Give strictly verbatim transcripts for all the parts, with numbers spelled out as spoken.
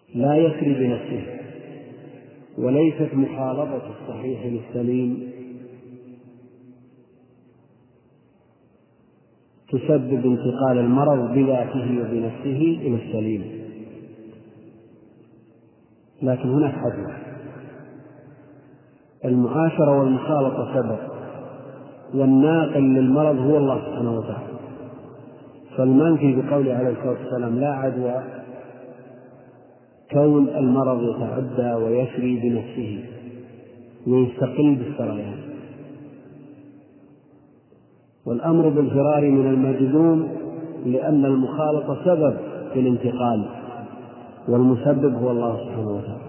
لا يسري بنفسه، وليست مخالطة الصحيح للسليم تسبب انتقال المرض بذاته وبنفسه إلى السليم، لكن هناك عدوى. المعاشرة والمخالطة سبب، والناقل للمرض هو الله سبحانه وتعالى. فالمنفي بقوله عليه الصلاة والسلام لا عدوى كون المرض يتعدى ويسري بنفسه ويستقل بالسريان. والأمر بالفرار من المجذوم لأن المخالطة سبب في الانتقال، والمسبب هو الله سبحانه وتعالى.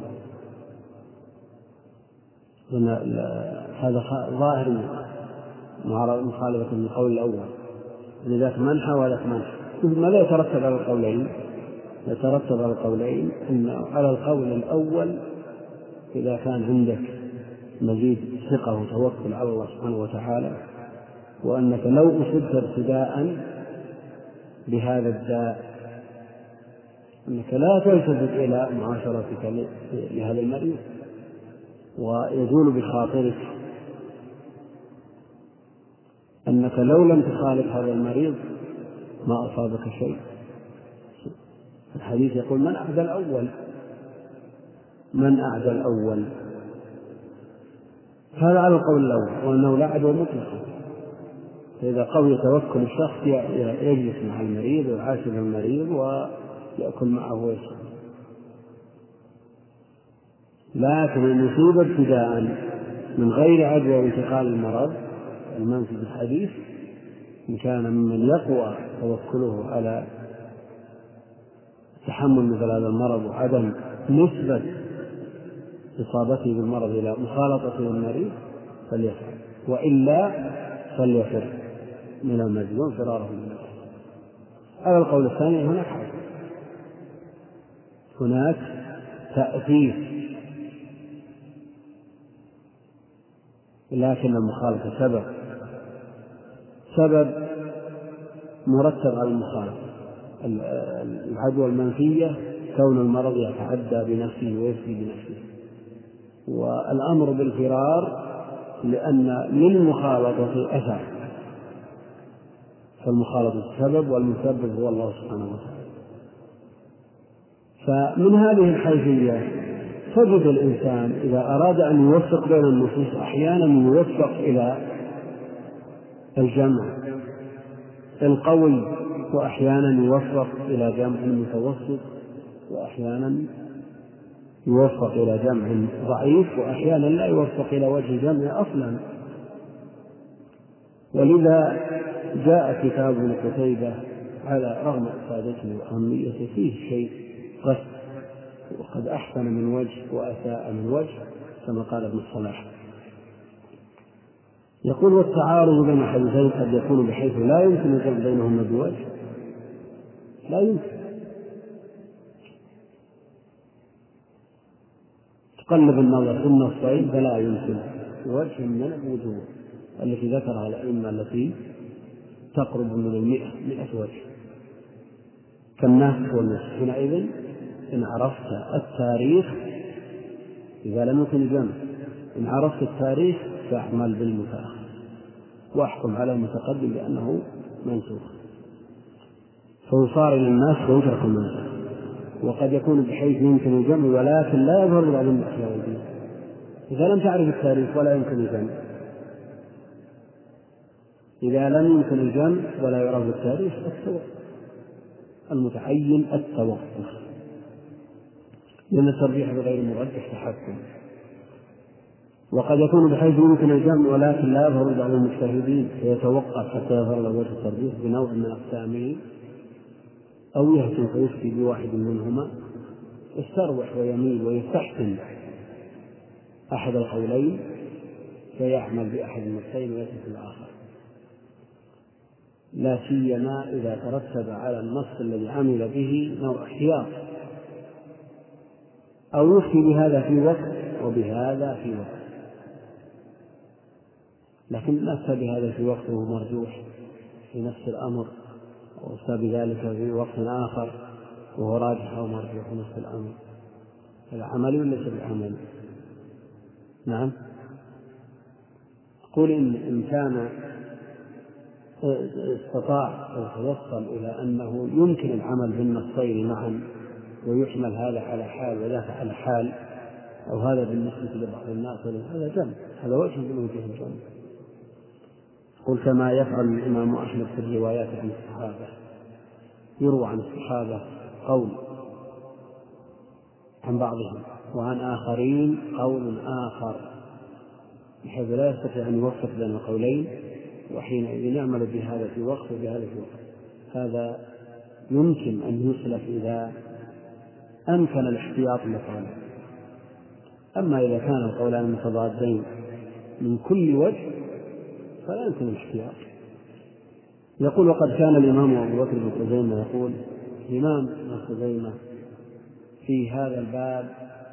هذا ظاهر مخالفة من القول الأول، لذلك منحى وذاك منحى. ماذا يترتب على القولين؟ يترتب على القولين أن على القول الأول إذا كان عندك مزيد ثقة وتوكل على الله سبحانه وتعالى، وأنك لو أصبت ابتداء بهذا الداء أنك لا تلتفت إلى معاشرتك لهذا المريض، ويزول بخاطرك أنك لو لم تخالف هذا المريض ما أصابك شيء. الحديث يقول من أعدى الأول، من أعدى الأول. هذا على القول الأول، وأنه لا عدوى مطلقا. فإذا قوي توكل الشخص يجلس مع المريض ويعاشر المريض ويأكل معه ويشرب. لكن أن يصيب ابتداء من غير عدوى وانتقال المرض المنفي بالحديث إن كان ممن يقوى توكله على تحمل مثل هذا المرض وعدم نسبة إصابته بالمرض إلى مخالطته للمريض فليفعل، وإلا فليفر من المجنون فراره من المرض. هذا القول الثاني. هناك حاجة، هناك تأثير، لكن المخالطة سبب سبب مرتب على المخالطة. العدوى المنفية كون المرض يتعدى بنفسه ويفي بنفسه، والأمر بالفرار لأن للمخالطة أثر، فالمخالطة السبب والمسبب هو الله سبحانه وتعالى. فمن هذه الحيثية تجد الإنسان إذا أراد أن يوفق بين النصوص أحيانا يوفق إلى الجمع القوي، وأحيانا يوفق إلى جمع متوسط، وأحيانا يوفق إلى جمع ضعيف، وأحيانا لا يوفق إلى وجه جمع أصلا. ولذا جاء كتاب ابن قتيبة على رغم إفادته وأهميته فيه شيء قصد، وقد أحسن من وجه وأساء من وجه كما قال ابن الصلاح. يقول والتعارض بين الحديثين قد يكون بحيث لا يمكن الجمع بينهما بوجه، لا يمكن. تقلب النظر في النصين فلا يمكن وجه من الوجوه التي ذكرها الأئمة التي تقرب من المئة مئة وجه كالناسخ والنسخ. حينئذ إن عرفت التاريخ إذا لم يكن الجمع، إن عرفت التاريخ فاعمل بالمتأخر واحكم على المتقدم بأنه منسوخ، فيصار إلى الناسخ ويترك المنسوخ. وقد يكون بحيث يمكن الجمع ولكن لا يظهر بعض الأحيان. إذا لم تعرف التاريخ ولا يمكن الجمع، إذا لم يمكن الجمع ولا يعرف التاريخ التوقف المتعين التوقف، لأن الترجيح بغير مرجح تحكم. وقد يكون بحيث يمكن الجمع ولكن لا يظهر بعض المجتهدين فيتوقف حتى يظهر له وجه الترجيح بنوع من أقسامه، أو يهتم فيفتي بواحد منهما، يستروح ويميل ويستحسن أحد القولين فيعمل بأحد النصين ويترك الآخر، لا سيما إذا ترتب على النص الذي عمل به نوع احتياط، أو يفتي بهذا في وقت وبهذا في وقت، لكن لا يفتى بهذا في وقت وهو مرجوح في نفس الأمر، أو يفتى بذلك في وقت آخر وهو راجح أو مرجوح في نفس الأمر. هذا عملي ولا ليس بعملي؟ نعم. أقول إن إن كان استطاع أو توصل إلى أنه يمكن العمل بالنصين معا ويحمل هذا على حال وذاك على حال، أو هذا بالنسبة لبعض الناس هذا جمع، هذا وجه من وجوه الجمع. قل كما يفعل الإمام أحمد في الروايات عن الصحابة، يروى عن الصحابة قول عن بعضهم وعن آخرين قول آخر، بحيث لا يستطيع أن يوفق بين القولين، وحينئذ نعمل بهذا في وقت وبهذا في وقت. هذا يمكن أن يسلف إذا أمكن الاحتياط لطالب. أما إذا كان القولان متضادين من كل وجه فلا يمكن الاحتياط. يقول وقد كان الإمام أبو بكر بن خزيمة يقول، الإمام ابن خزيمة في هذا الباب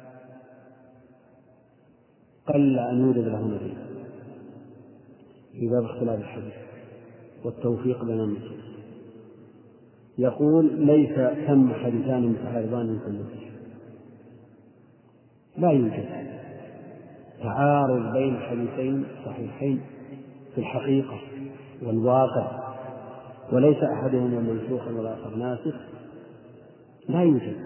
قل أن يوجد له نظير في باب اختلاف الحديث والتوفيق بين النصوص. يقول ليس ثم حديثان متعارضان من كل وجه، لا يوجد تعارض بين حديثين صحيحين في الحقيقة والواقع، وليس أحدهما منسوخا والآخر ناسخ، لا يوجد.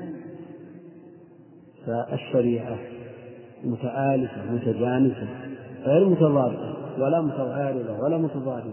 فالشريعة متآلفة متجانسة غير متضادة ولا متعارضة ولا متضاربة.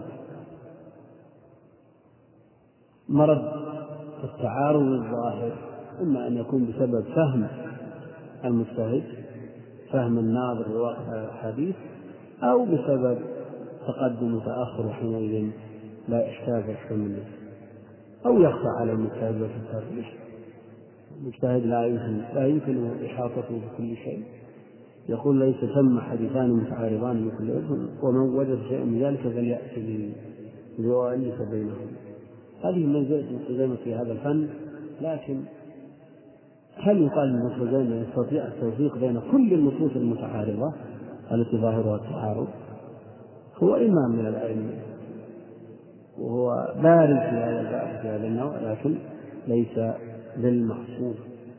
مرض التعارض الظاهر إما أن يكون بسبب فهم المجتهد، فهم الناظر لواقع الحديث، أو بسبب تقدم وتأخر، حينئذ لا إشكال يحكم منه، أو يخفى على المجتهد وتترجح. المجتهد لا يمكن لا يمكن إحاطته بكل شيء. يقول ليس ثم حديثان متعارضان من كل وجه، ومن وجد شيئا من ذلك فليأتي به ليؤلف بينهم. هذه منزلة ابن خزيمة في هذا الفن. لكن هل يقال ان ابن خزيمة يستطيع التوفيق بين كل النصوص المتعارضة التي ظاهرها التعارض؟ هو إمام من الأئمة وهو بارز في هذا الباب في هذا النوع، لكن ليس بالمحصول.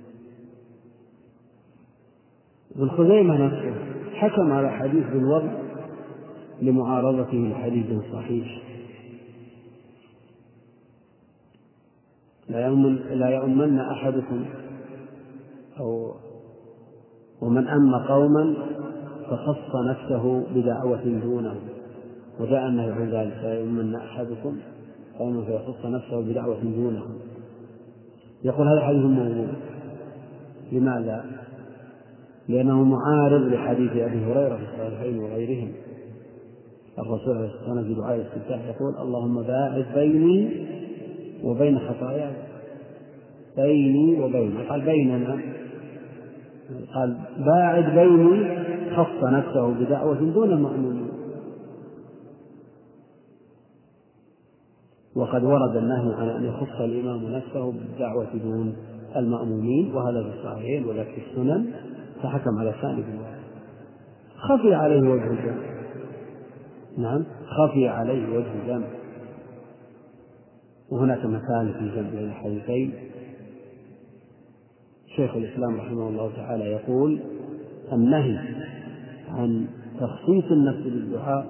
ابن خزيمة نفسه حكم على حديث بالوضع لمعارضته لحديث صحيح. لا يؤمن لا يؤمن أحدكم أو ومن أم قوما فخص نفسه بدعوة دونه، وجاء النهي عن ذلك. لا يؤمن أحدكم قوما فيخص نفسه بدعوة دونه. يقول هذا حديث موضوع. لماذا؟ لأنه معارض لحديث أبي هريرة في الصحيحين وغيرهم. الرسول عليه الصلاة والسلام في دعاء الاستفتاح يقول اللهم باعد بيني وبين خطاياي. بيني وبين، قال بيننا، قال باعد بيني، خص نفسه بدعوة دون المأمومين. وقد ورد النهي عن أن يخص الإمام نفسه بالدعوة دون المأمومين، وهذا في الصحيحين ولا في السنن، فحكم على ثاني بالواحد. خفي عليه وجه الجمع. نعم، خفي عليه وجه الجمع. وهناك مكان في جمع الحديثين. شيخ الإسلام رحمه الله تعالى يقول النهي عن تخصيص النفس بالدعاء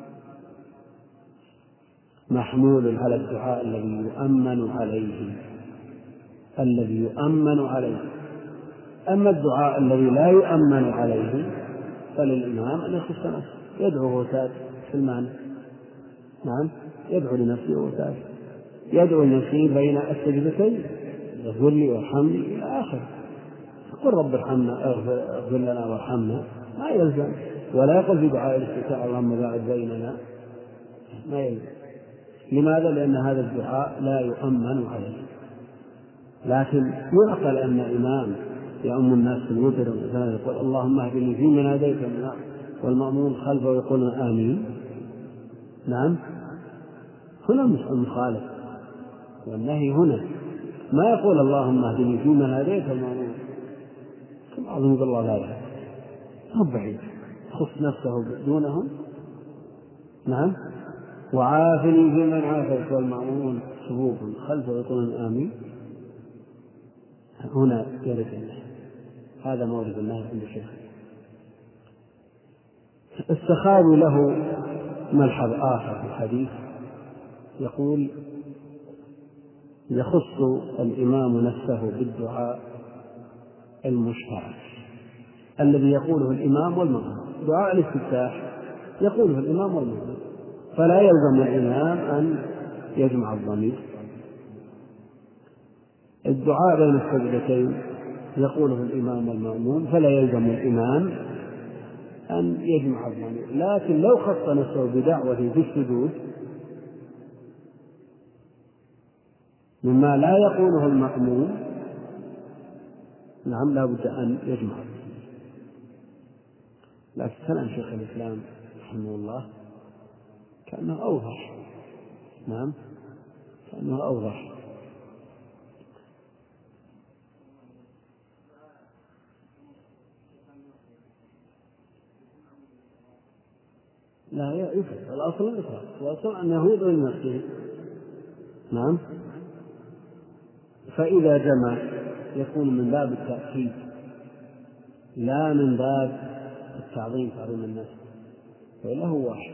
محمول على الدعاء الذي يؤمن عليه الذي يؤمن عليه أما الدعاء الذي لا يؤمن عليه فللإمام أن يخص نفسه، يدعو وساد في المعنى. نعم، يدعو لنفسه وساد، يدعو لنفسه بين السجدتين، اغفر لي وارحمني إلى آخر. قل رب ارحمنا، اغفر لنا وارحمنا، ما يلزم. ولا يقول في دعاء الاستفتاء اللهم باعد بيننا، ما يلزم. لماذا؟ لأن هذا الدعاء لا يؤمن عليه. لكن يعقل أن إمام يؤم الناس في الوتر والإنسان يقول اللهم اهدني فيمن هديت والمأمون خلفه يقول آمين. نعم، هنا مخالف، والنهي هنا ما يقول اللهم اهدني فيمن هديت والمأمون، بعضهم يقول الله لا يهدي، هو بعيد، خص نفسه دونهم. نعم، وعافني فيمن عافيت والمأمون صفوف خلفه يقولون آمين. هنا يرد النهي. هذا مورد النهي عند الشيخ. السخاوي له ملحظ آخر في الحديث، يقول يخص الإمام نفسه بالدعاء المشترك الذي يقوله الإمام والمأموم. دعاء الاستفتاح يقوله الإمام والمأموم، فلا يلزم الإمام أن يجمع الضمير. الدعاء بين السجدتين يقوله الإمام والمأموم، فلا يلزم الإمام أن يجمع الضمير. لكن لو خص نفسه بدعوة في السجود مما لا يقوله المأموم، نعم لا بد أن يجمع. لكن كلام شيخ الإسلام رحمه الله كأنه أوضح، نعم كأنه أوضح. لا يفرق، الأصل يفرق، الأصل أنه يضمن نفسه. نعم. فإذا جمع يكون من باب التأكيد لا من باب التعظيم، تعظيم النفس، فإلا هو واحد.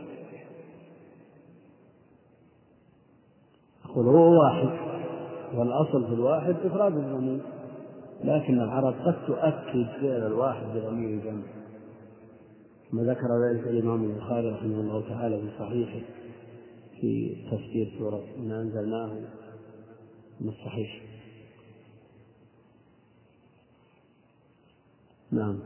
أقول هو واحد، والأصل في الواحد إفراد الضمير، لكن العرب قد تؤكد فعل الواحد بضمير الجمع، ما ذكر ذلك الإمام البخاري رحمه الله تعالى في صحيحه في تفسير سورة إنا أنزلناه من الصحيح. نعم.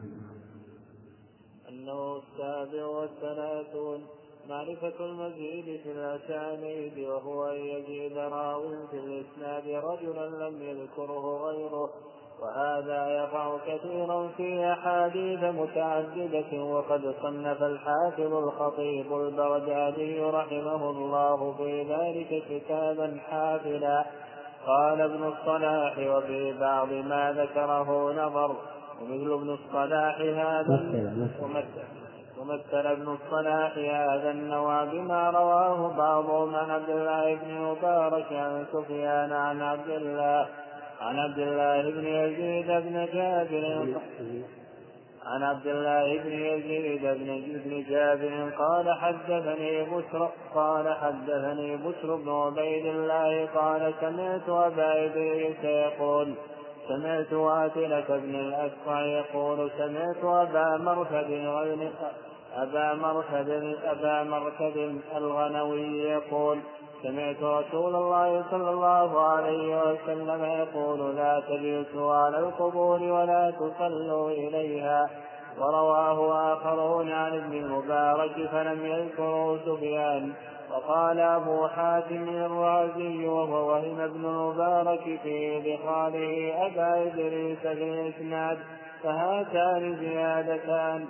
أنه السابع والثلاثون معرفة المزيد في الأسانيد، وهو أن يزيد راو في الإسناد رجلا لم يذكره غيره، وهذا يقع كثيرا في أحاديث متعددة. وقد صنف الحافظ الخطيب البغدادي رحمه الله في ذلك كتابا حافلا. قال ابن الصلاح وفي بعض ما ذكره نظر، ومثل ابن الصلاح هذا ومثل ابن الصلاح هذا النوع بما رواه بعضهم عن عبد الله بن مبارك عن سفيان عن عبد الله عن عبد الله بن يزيد بن جابر عن عبد الله بن يزيد بن جابر قال حدثني بشر قال حدثني بشر بن عبيد الله قال سمعت أبا إدريس يقول سمعت واتلة بن الأسقع يقول سمعت أبا مرثد أبا مرثد أبا مرثد الغنوي يقول سمعت رسول الله صلى الله عليه وسلم يقول لا تجلسوا على القبور ولا تصلوا إليها. ورواه آخرون عن ابن المبارك فلم يذكروا سفيان. وقال أبو حاتم الرازي وهو وهم ابن المبارك في إدخاله أبا إدريس في الإسناد، فهاتان زيادتان.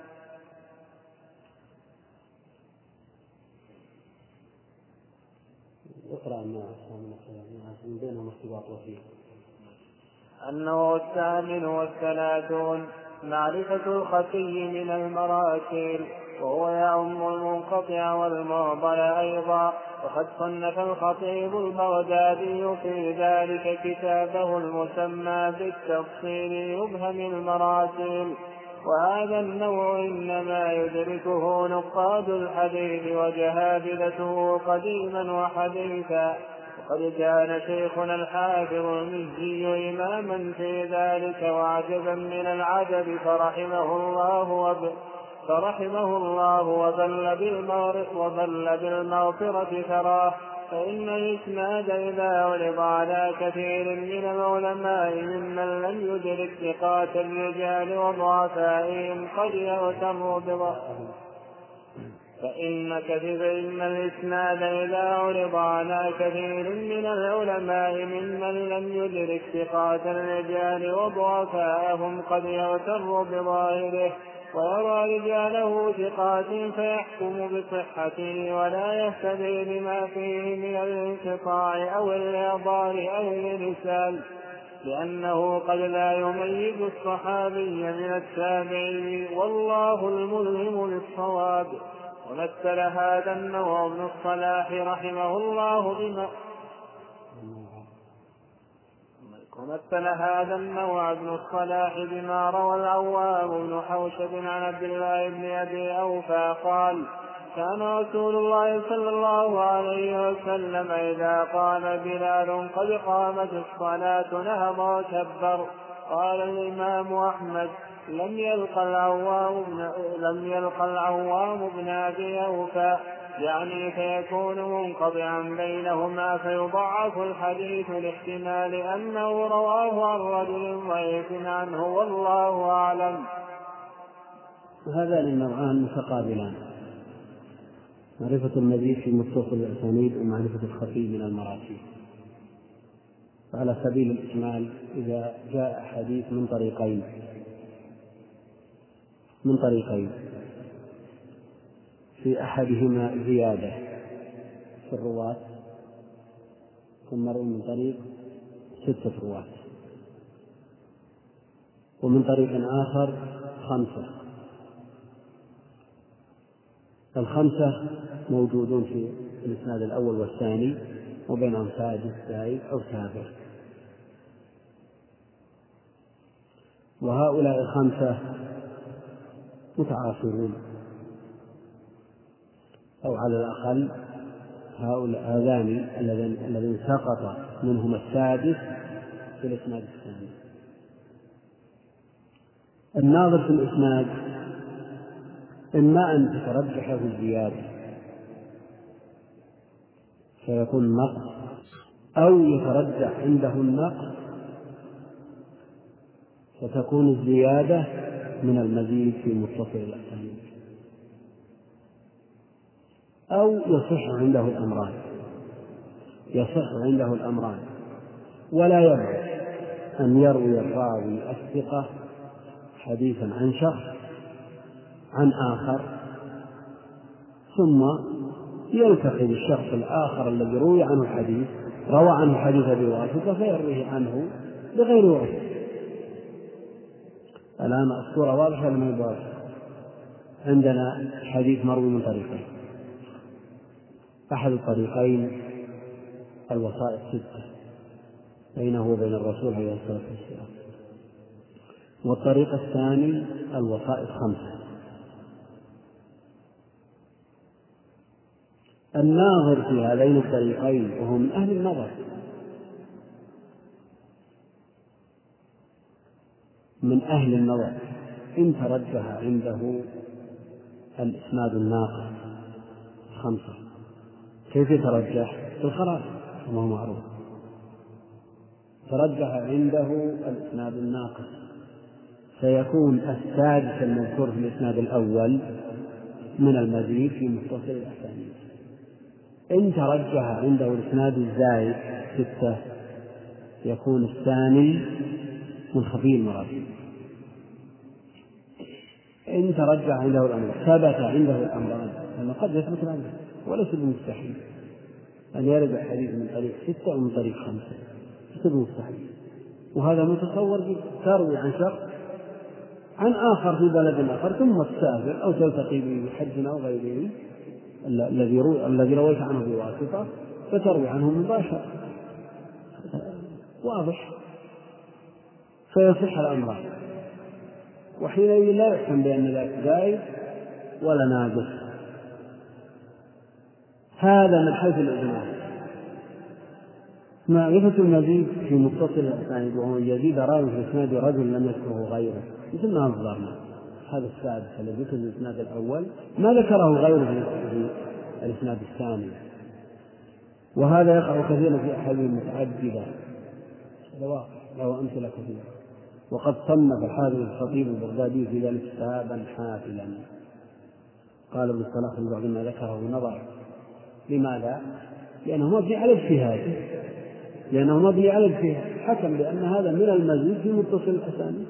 أنه الثامن والثلاثون معرفة الخفي من المراسيل، وهو يعم المنقطع والمعضل أيضا. وقد صنف الخطيب البغدادي في ذلك كتابه المسمى بالتفصيل يبهم المراسيل. وهذا النوع إنما يدركه نقاد الحديث وجهابذته قديما وحديثا. وقد كان شيخنا الحافظ المزي إماما في ذلك، وعجبا من العجب فرحمه الله وب فرحمه الله وظل بالمغفرة ثراه. فإن الإسناد إذا عرض على كثير من العلماء ممن لم يدرك ثقات الرجال وضعفائهم قد يغتر بضعفهم. فإن فإن الإسناد إذا عرض على كثير من العلماء ممن لم يدرك ثقات الرجال وضعفائهم قد يغتر بظاهره ويرى رجاله ثقات فيحكم بصحته ولا يهتدي بما فيه من الانقطاع أو الإعضال أو الإرسال، لأنه قد لا يميز الصحابي من التابعي، والله الملهم للصواب. ومثل هذا النوع ابن الصلاح رحمه الله بما ومثل هذا النوع ابن الصلاح بما روى العوام بن حوشب عن عبد الله بن أبي أوفى قال: كان رسول الله صلى الله عليه وسلم إذا قال بلال قد قامت الصلاة نهض وكبر. قال الإمام أحمد: لم يلق العوام بن, لم يلق العوام بن أبي أوفى، يعني فيكون منقطعا بينهما فيضعف الحديث لاحتمال أنه رواه عن رجل ضعيف عنه، والله أعلم. هذان النوعان متقابلان: معرفة المزيد في متصل الأسانيد ومعرفة الخفي من المراسيل. على سبيل الإجمال، إذا جاء حديث من طريقين من طريقين في أحدهما زيادة في الرواة ثم روي من طريق ستة رواة، ومن طريق آخر خمسة، الخمسة موجودون في الإسناد الأول والثاني وبينهم سادس زائد أو سابع، وهؤلاء الخمسة متعاصرون، أو على الأقل هؤلاء هذان الذين سقط منهم السادس في الإسناد الثاني. الناظر في الإسناد إما أن تترجح في الزيادة فيكون النقص، أو يترجح عنده النقص فتكون الزيادة من المزيد في متصل الأسانيد، أو يصح عنده الأمران يصح عنده الأمران ولا يبعد أن يروي الراوي الثقة حديثا عن شخص عن آخر ثم يلتقي بالشخص الآخر الذي روي عنه الحديث روى عنه حديث بواسطة فيرويه عنه بغير واسطة. الآن الصورة واضحة من الواسطة. عندنا حديث مروي من طريقين، أحد الطريقين الوسائط ستة بينه وبين الرسول عليه الصلاة والسلام، والطريق الثاني الوسائط خمسة. الناظر في هذين الطريقين وهو من أهل النظر من أهل النظر إن ترجح عنده الإسناد الناقص خمسة، كيف يترجح؟ بالخلاص كما هو معروف، ترجح عنده الإسناد الناقص فيكون السادس المذكور في الإسناد الأول من المزيد في متصل الأسانيد. إن ترجح عنده الإسناد الزائد ستة يكون الثاني من خفي المراسيل. إن ترجح عنده الأمر ثبت عنده الأمران، لأنه قد يثبت عنده وليس بمستحيل أن يرد الحديث من طريق ستة ومن طريق خمسة، ليس بمستحيل. وهذا متصور تروي عن شخص عن آخر في بلد آخر ثم تسافر أو تلتقي بحج أو غيره الذي الذي رويت عنه بواسطة فتروي عنه مباشرة، واضح، فيصح الأمران، وحينئذ لا يحكم بأن ذلك زائد ولا ناقص. هذا من حيث الإجمال. معرفة المزيد في متصل الأسانيد وهو يزيد راوي في إسناد رجل لم يذكره غيره، مثل ما نظرنا هذا السادس الذي ذكر الإسناد الأول ما ذكره غيره في الإسناد الثاني، وهذا يقع كثيرا في أحاديث متعددة، هذا واقع له أمثلة كثيرة. وقد صنف الحافظ الخطيب البغدادي في ذلك كتابا حافلا، قال ابن الصلاح في بعض ما ذكره نظر. لماذا؟ لأنه مبني على اجتهاد لأنه مبني على اجتهاد حكم بأن هذا من المزيد في متصل الأسانيد،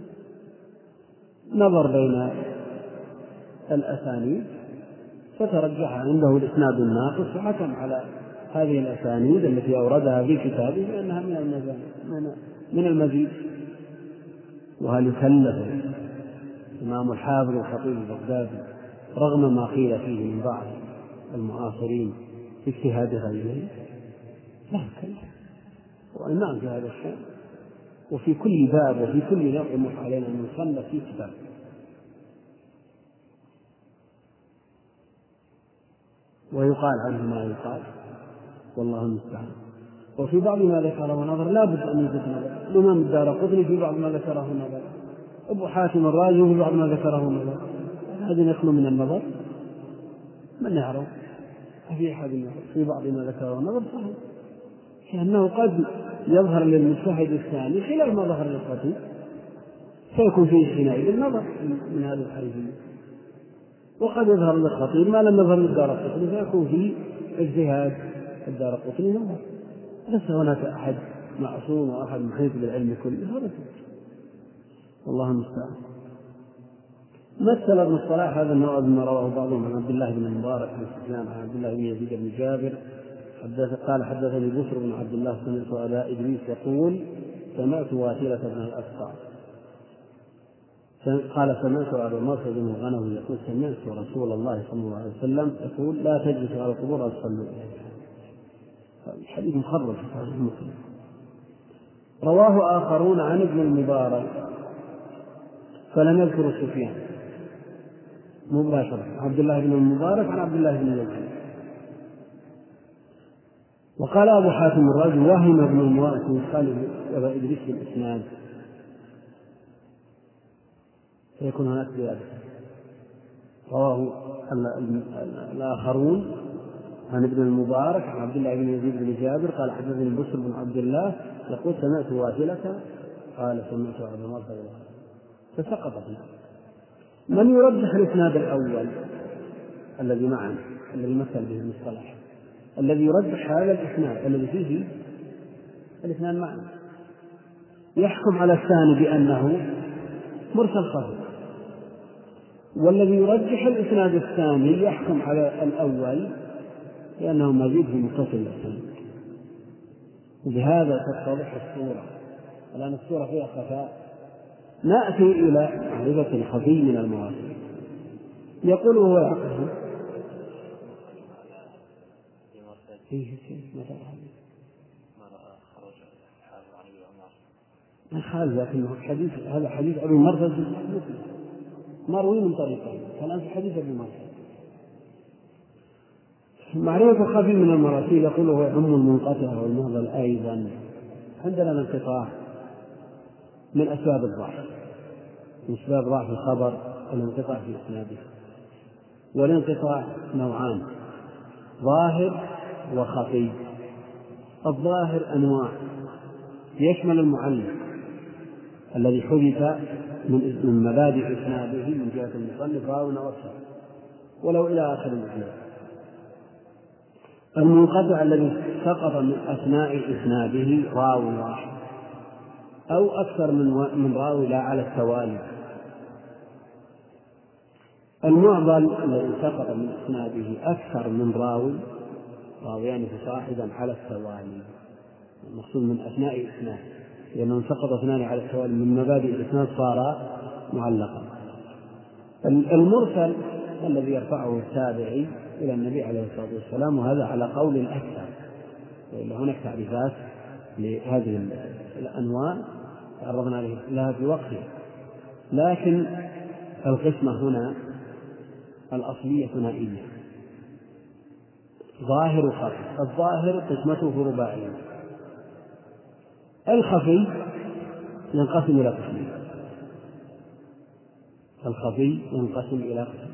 نظر بين الأسانيد فترجح عنده الإسناد الناقص وحكم على هذه الأسانيد التي أوردها في كتابه بأنها من من المزيد. وهل يكلف الإمام الحافظ الخطيب البغدادي رغم ما قيل فيه من بعض المعاصرين في اجتهاد غيره؟ لا يكلف، وإمام في هذا الشيء وفي كل باب وفي كل نوع يمح علينا أن نصنف في كتاب. ويقال عنه ما يقال والله المستعان. وفي بعض ما ذكره نظر لا بد أن يوجد نظر. الإمام الدارقطني في بعض ما ذكره نظر، أبو حاتم الرازي في بعض ما ذكره نظر. هذا يخلو من النظر؟ من يعرف؟ في أحد في بعض ما ذكره نظر صحيح، لأنه قد يظهر للمجتهد الثاني خلاف ما ظهر للخطيب، فيكون فيه حينئذ النظر من هذه الحيثية، وقد يظهر للخطيب ما لم يظهر للدارقطني فيكون فيه اجتهاد الدارقطني نظر. ليس هناك أحد معصوم وأحد محيط بالعلم كله، هذا والله المستعان. مثل ابن الصلاح هذا النوع بما رواه بعضهم عن عبد الله بن المبارك عن سفيان عن عبد الله بن يزيد بن جابر قال حدثني بشر بن عبد الله سمعت أبا إدريس يقول سمعت واثلة بن الأسقع قال سمعت أبا مرثد بن الغنوي يقول سمعت رسول الله صلى الله عليه وسلم يقول لا تجلسوا على القبور وتصلوا. الحديث مخرج في صحيح مسلم. رواه آخرون عن ابن المبارك فلم يذكروا سفيان مباشرة، عبد الله بن المبارك عن عبد الله بن يزيد. وقال أبو حاتم الرازي وهم ابن المبارك قال أبا إدريس بالإسناد، فيكون هناك زيادة. رواه الآخرون عن ابن المبارك عن عبد الله بن يزيد بن جابر قال حدثني بشر بن عبد الله يقول سمعت واثلة قال سمعت أبا مرثد فسقط فيه. من يرجح الإسناد الأول الذي معنا الذي مثل به المصطلح، الذي يرجح هذا الإسناد الذي فيه الاثنان معنا يحكم على الثاني بأنه مرسل خفي، والذي يرجح الإسناد الثاني يحكم على الأول لأنه مزيد في متصل الإسناد. وبهذا تتضح الصورة، الآن الصورة فيها خفاء. نأتي إلى معرفة الخفي من المواصل. يقول هو يعقله فيه شيء مثلا ما خالف، لكنه حديث هذا حديث أبي مرثد مروي من طريقين، كلام في حديث أبي مرثد. معرفة الخفي من المراسيل يقول هو يعم المنقطع والمعضل أيضا. عندنا الانقطاع من أسباب الضعف، من أسباب ضعف الخبر الانقطاع في إسناده. والانقطاع نوعان ظاهر وخفي. الظاهر أنواع يشمل المعلق الذي حدث من مبادئ إسناده من جهة المصنف راو وشاذ ولو إلى آخر الإسناد. المنقطع الذي سقط من أثناء إسناده راو واحد أو أكثر من من راوي لا على التوالي. المعضل الذي سقط من إسناده أكثر من راوي راويان فصاحبا على التوالي، المقصود من أثناء إسناد، لأنه سقط اثنان على التوالي من مبادئ الإسناد صار معلقا. المرسل الذي يرفعه التابعي إلى النبي عليه الصلاة والسلام، وهذا على قول الأكثر، وإلا هناك تعريفات لهذه الأنواع تعرضنا لها في وقتها، لكن القسمة هنا الأصلية ثنائية ظاهر وخفي. الظاهر قسمته رباعية. الخفي ينقسم إلى قسمين. الخفي ينقسم إلى قسمين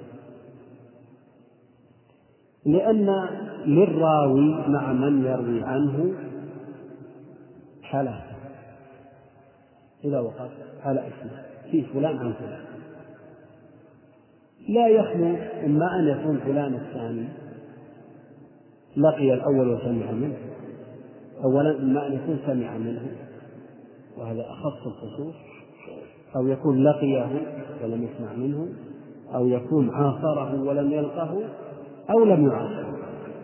لأن للراوي مع من يروي عنه حالة، إذا وقع حالة اسمه في فلان عن فلان، لا يخلو إما أن يكون فلان الثاني لقي الأول وسمع منه، أولا إما أن يكون سمع منه وهذا أخص الخصوص، أو يكون لقيه ولم يسمع منه، أو يكون عاصره ولم يلقه، أو لم يعاصره.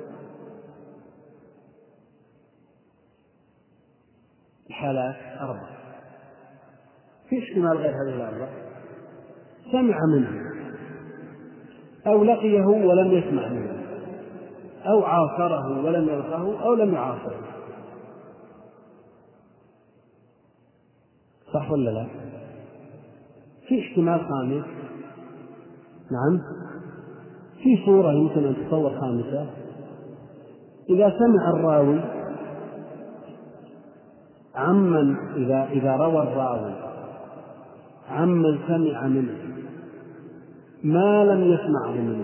الحالات أربعة، في احتمال غير هذه الأربعة: سمع منه، أو لقيه ولم يسمع منه، أو عاصره ولم يلقه، أو لم يعاصره. صح ولا لا؟ في احتمال خامس، نعم، في صورة يمكن أن تتصور خامسة، إذا سمع الراوي عمن إذا إذا روى الراوي عمن سمع منه ما لم يسمعه منه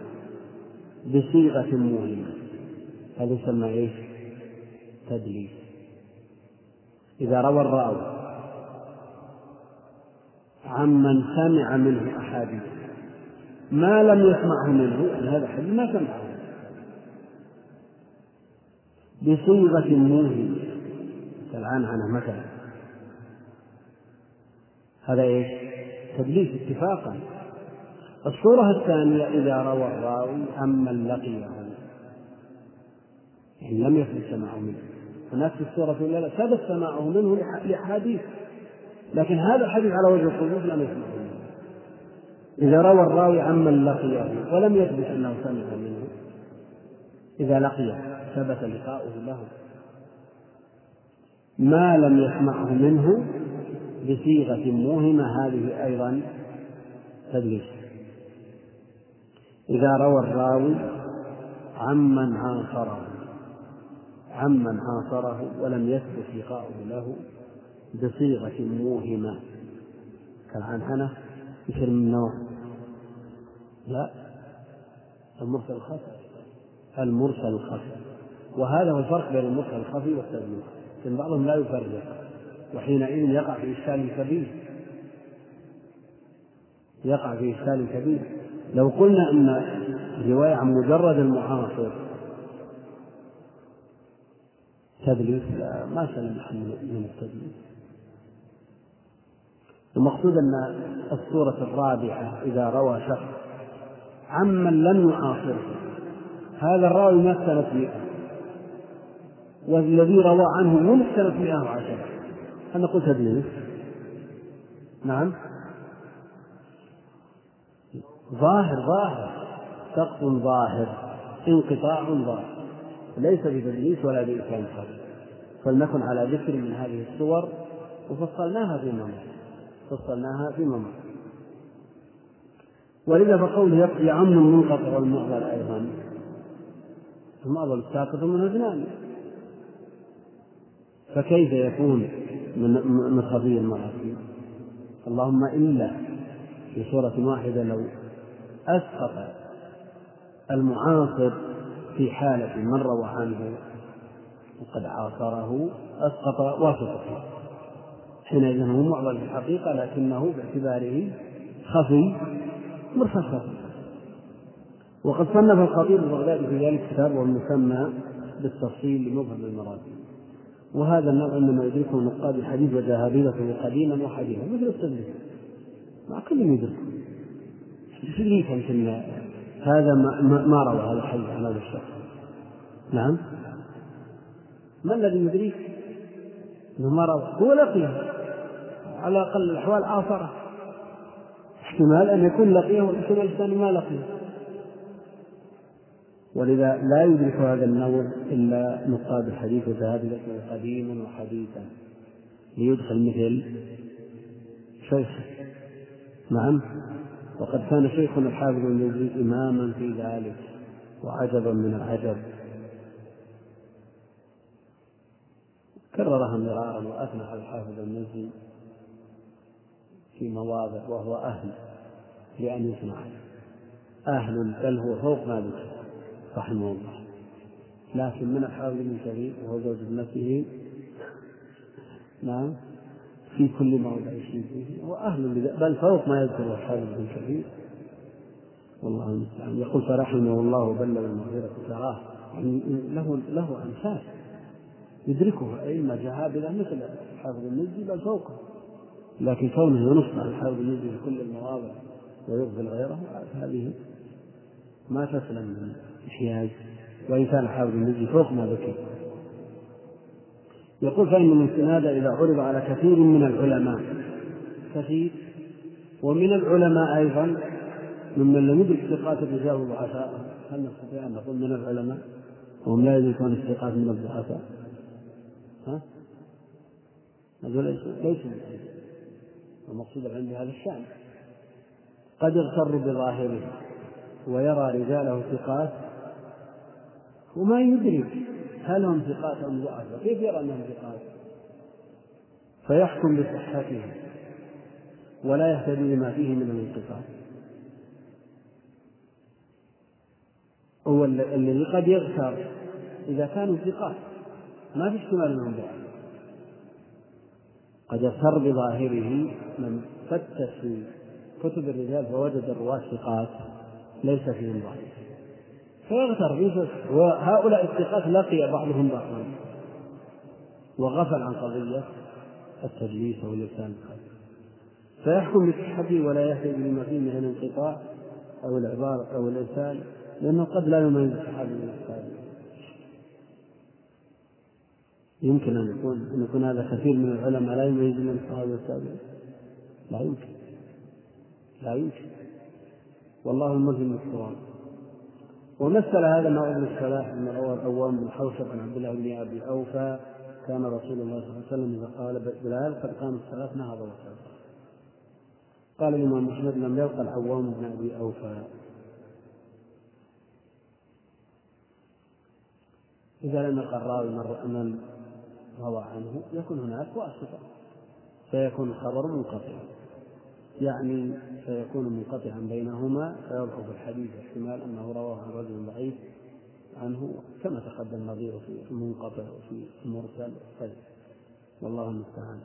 بصيغة موهمة، هذا يسمى إيش؟ تدليس. إذا روى الراوي عمن سمع منه أحاديث ما لم يسمعه منه، يعني هذا حديث ما سمعه بصيغة موهمة كالعنعنة مثلا، هذا إيش؟ تدليس اتفاقا. الصورة الثانية إذا روى الراوي عمن لقيه يعني لم يثبت سماعه منه، هناك في الصورة ولا لا ثبت سماعه منه لحديث، لكن هذا الحديث على وجه الخصوص لم يسمعه منه. إذا روى الراوي عمن لقيه ولم يثبت أنه سمع منه، إذا لقيه ثبت لقاؤه له ما لم يسمعه منه بصيغة موهمة، هذه أيضا تدليس. إذا روى الراوي عمن عاصره عمن عاصره ولم يثبت لقاؤه له بصيغة موهمة كالعنعنة، مثل من نوع؟ لا، المرسل الخفي، المرسل الخفي. وهذا هو الفرق بين المرسل الخفي والتدليس، لأن بعضهم لا يفرق، وحينئذ يقع في إشكال كبير يقع في إشكال كبير. لو قلنا أن الرواية عن مجرد المعاصر تدليس، ما سنمح من التدليس. المقصود أن الصورة الرابعة إذا روى شخص عمن لم يعاصره، هذا الراوي ما سنة مئة والذي روى عنه من سنة مئة وعشرة، هل نقول تدليس؟ نعم، ظاهر ظاهر سقط ظاهر انقطاع ظاهر، ليس بتدليس ولا بإتيان خفي. فلنكن على ذكر من هذه الصور وفصلناها في ممر فصلناها في ممر ولذا فقوله يعم المنقطع والمعضل أيضا، المعضل الساقط من اثنان، فكيف يكون من خفي المعاصي؟ اللهم إلا في صورة واحدة، لو أسقط المعاصر في حالة من روى عنه وقد عاصره أسقط واسطته، حينئذ هو معضل في الحقيقة لكنه باعتباره خفي مرخص. وقد صنف الخطيب البغدادي في ذلك كتاب والمسمى بالتفصيل لمبهم المراتب، وهذا النوع مما يدركه نقاد الحديث وذهابيته قديما وحديثا مثل التدليس، مع كل يدركه تدليسا يمكن هذا ما, ما روى هذا الحديث عن هذا الشخص. نعم، ما الذي يدريك انه ما روى؟ هو لقيه على اقل الاحوال عاصره، احتمال ان يكون لقيه واحتمال الثاني ما لقيه. ولذا لا يدرك هذا النوع الا نقاد الحديث وذهابيته قديما وحديثا ليدخل مثل شيخ. نعم، وقد كان شيخنا الحافظ المزي إماما في ذلك وعجبا من العجب، كررها مرارا وأثنى على الحافظ المزي في مواضع وهو أهل لأن يسمع، أهل بل هو فوق ما ذكر رحمه الله. لكن من الحافظ ابن كثير وهو زوج ابنته، نعم، في كل موضع يشير فيه هو أهل بل فوق ما يذكر الحافظ ابن كثير، والله المستعان. يقول فرحمه الله بلغ المغفرة تراه، يعني له له أمثال يدركه أئمة جهابذة مثل الحافظ المزي بل فوقه، لكن كونه ينص على الحافظ المزي في كل المواضع ويغفل غيره هذه ما تسلم من إحياج، وإن كان الحافظ المزي فوق ما ذكر. يقول فإن الاستناد إذا عرض على كثير من العلماء، كثير ومن العلماء أيضا ممن لم يدرك ثقات الرجال والضعفاء، هل نستطيع أن نقول من العلماء وهم لا يدركون الثقات من الضعفاء؟ ها؟ هذول ليس المقصود عندي هذا الشأن. قد يغتر بظاهره ويرى رجاله ثقات وما يدرك هل هم ثقات أم ضعفاء، كيف يرى أنهم ثقات؟ فيحكم بصحته ولا يهتدي لما فيه من الانقطاع. هو الذي قد يغتر إذا كانوا ثقات ما في احتمال أنهم ضعفاء. قد يغتر بظاهره من فتش في كتب الرجال فوجد الرواة ثقات ليس فيهم ضعف فيغتر به، وهؤلاء الثقات لقي بعضهم بعضا وغفل عن قضية التدليس أو اللسان فيحكم بصحته ولا يهتدي لما فيه من الانقطاع أو العبارة أو الإرسال، لأنه قد لا يميز الصحابي من التابعين. يمكن أن يكون أن يكون هذا كثير من العلماء لا يميز من الصحابة والتابعين، لا يمكن لا يمكن والله الملهم بالصواب. ومثل هذا مع ابن الصلاح أن روى الأوام بن حوشب عن عبد الله بن أبي أوفى كان رسول الله صلى الله عليه وسلم إذا قال بلال قد قام الصلاة نهض وصلى. قال الإمام محمد لم يلقى العوام بن أبي أوفى. إذا لم يلقى الراوي من روى عنه يكون هناك واسطة فيكون الخبر منقطع، يعني سيكون منقطعا بينهما فيضعف الحديث احتمال أنه رواه عن رجل ضعيف عنه كما تقدم نظيره في المنقطع وفي المرسل. طيب والله المستعان.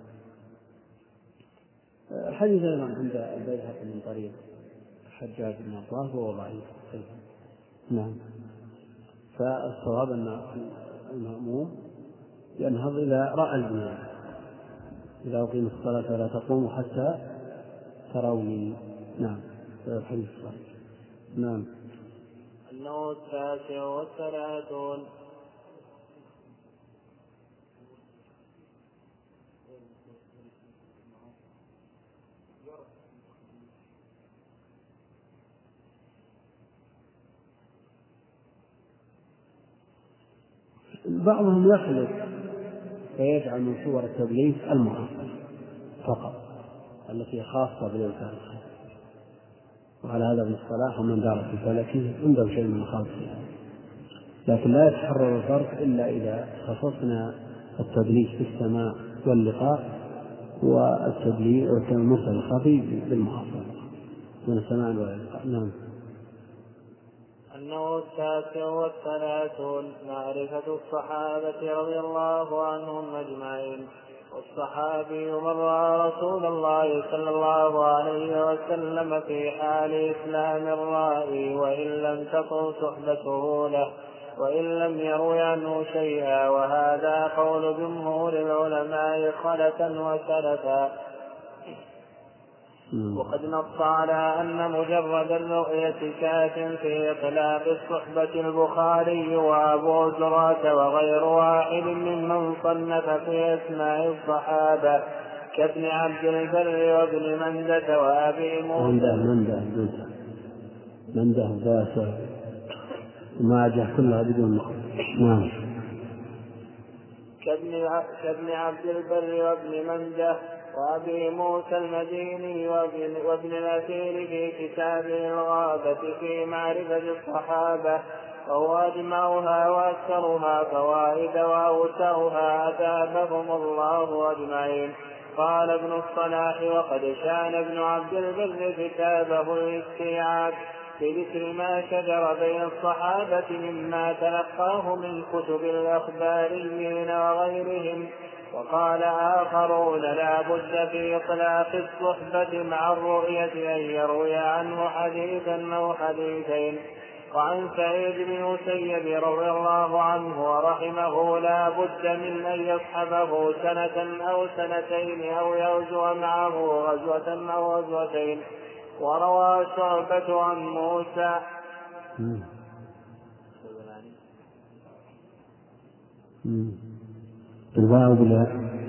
الحديث أيضا عند البيهقي من طريق الحجاج بن عطاف وهو ضعيف. نعم. فالصواب أن المأموم ينهض إذا رأى الإمام، إذا أقيم الصلاة فلا تقوموا حتى تروني. نعم. الحديث الصحيح. نعم. النوع التاسع والثلاثون. بعضهم يخلط فيجعل من صور التدليس المعاصرة فقط التي خاصة بالإنسان، وعلى هذا ابن الصلاح ومن دار في فلكه عنده شيء من الخاصية، لكن لا يتحرر الفرق إلا إذا خصصنا التدليس في السماع واللقاء والتدليس والمرسل الخفي بالمعاصرة من السماع واللقاء. نعم. النوع التاسع والثلاثون معرفة الصحابة رضي الله عنهم أجمعين. والصحابي من رأى رسول الله صلى الله عليه وسلم في حال إسلام الرائي وإن لم تكن صحبته له وإن لم يروي عنه شيئا، وهذا قول جمهور العلماء خلفا وسلفا. وقد نص على أن مجرد الرؤية كاف في إطلاق الصحبة البخاري وأبو زرعة وغير واحد ممن صنف في أسماء الصحابة كابن عبد البر وابن مندة وأبي موسى منده منده منده ذاته ماجه كلها بدون نقص. نعم. كابن عبد البر وابن منده وأبي موسى المديني وابن الأثير في كتابه الغابة في معرفة الصحابة، وهو أجمعها وأكثرها فوائد وأوسعها أثابهم الله أجمعين. قال ابن الصلاح وقد شان ابن عبد البر كتابه الاستيعاب بذكر ما شجر بين الصحابة مما تلقاه من كتب الأخباريين وغيرهم. وقال آخرون لا بد في إطلاق الصحبة مع الرؤية أن يروي عنه حديثا أو حديثين. وعن سعيد بن مسيب رضي الله عنه ورحمه لا بد من أن يصحبه سنة أو سنتين أو يغزو معه غزوة أو غزوتين. وروى شعبة عن موسى الواو بلا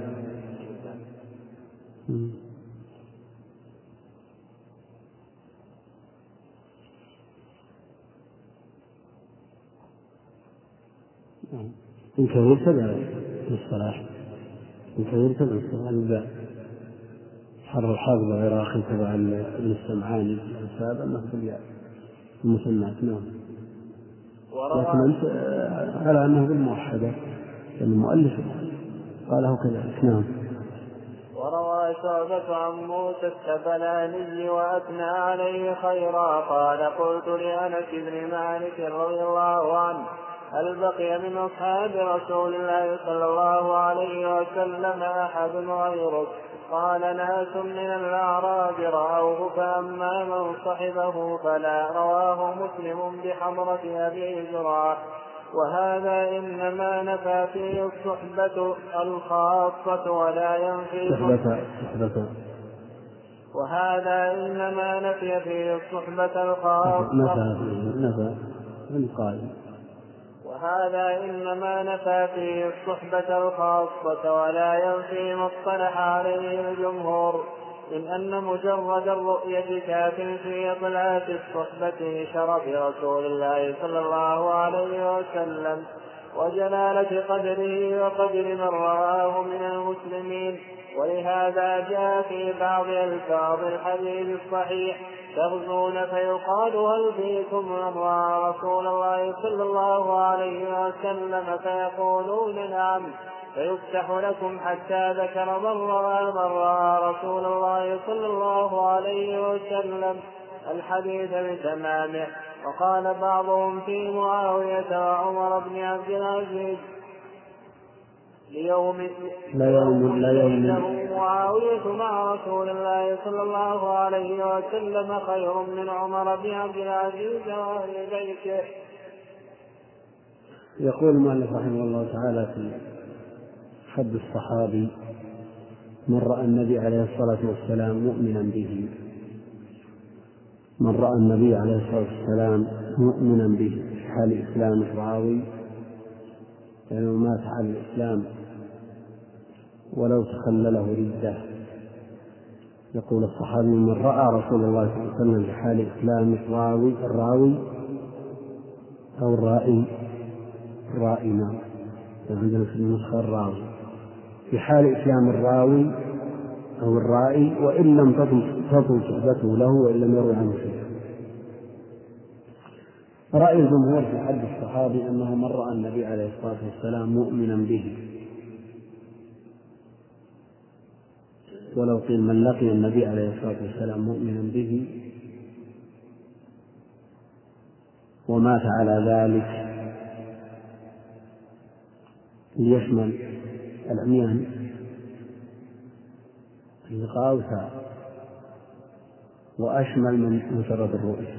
إن كان يتبع الصلاح إن كان يتبع الصلاح الباء حرف الحافظ العراقي تبع ابن السمعاني في الحساب أنه بالياء المثنات. نعم. لكن أنت على أنه بالموحدة لأن المؤلف قاله كذلك. نعم. وروى شعبة عن موسى السبلاني وأثنى عليه خيرا قال قلت لأنس بن مالك رضي الله عنه هل بقي من أصحاب رسول الله صلى الله عليه وسلم أحد غيرك؟ قال ناس من الأعراب رأوه فأما من صحبه فلا. رواه مسلم بحضرة أبي زرعة. وهذا إنما نفى فيه الصحبة الخاصة ولا ينفي صحبة وهذا إنما نفي فيه الصحبة الخاصة نفى نفى وهذا إنما نفى فيه الصحبة الخاصة ولا ينفي ما اصطلح عليه الجمهور من أن مجرد الرؤية كاف في إطلاق الصحبة شرف رسول الله صلى الله عليه وسلم وجلالة قدره وقدر من رآه من المسلمين. ولهذا جاء في بعض ألفاظ الحديث الصحيح تغزون فيقال هل فيكم من رأى رسول الله صلى الله عليه وسلم فيقولون نعم فيفتح لكم حتى ذكر من رأى من رأى رسول الله صلى الله عليه وسلم الحديث بتمامه. وقال بعضهم في معاوية وعمر بن عبد العزيز ليوم لا يوم لا يوم معاوية مع رسول الله صلى الله عليه وسلم خير من عمر بن عبد العزيز وأهل بيته. يقول المؤلف رحمه الله تعالى في حد الصحابي من رأى النبي عليه الصلاة والسلام مؤمنا به من رأى النبي عليه الصلاة والسلام مؤمنا به في حال إسلام الراوي لأنه يعني مات على الإسلام ولو تخلله ردة. يقول الصحابي من رأى رسول الله صلى الله عليه وسلم في حال إسلام الراوي الراوي أو الرائي الرائي نعم عندنا في النسخة الراوي في حال إسلام الراوي أو الرائي وإن لم تطل صحبته له وإن لم يروي عنه شيئا. رأي الجمهور في حد الصحابي أنه من رأى النبي عليه الصلاة والسلام مؤمنا به ولو قيل من لقي النبي عليه الصلاة والسلام مؤمنا به ومات على ذلك ليشمل العميان اللقاء أوسع وأشمل من مجرد الرؤية.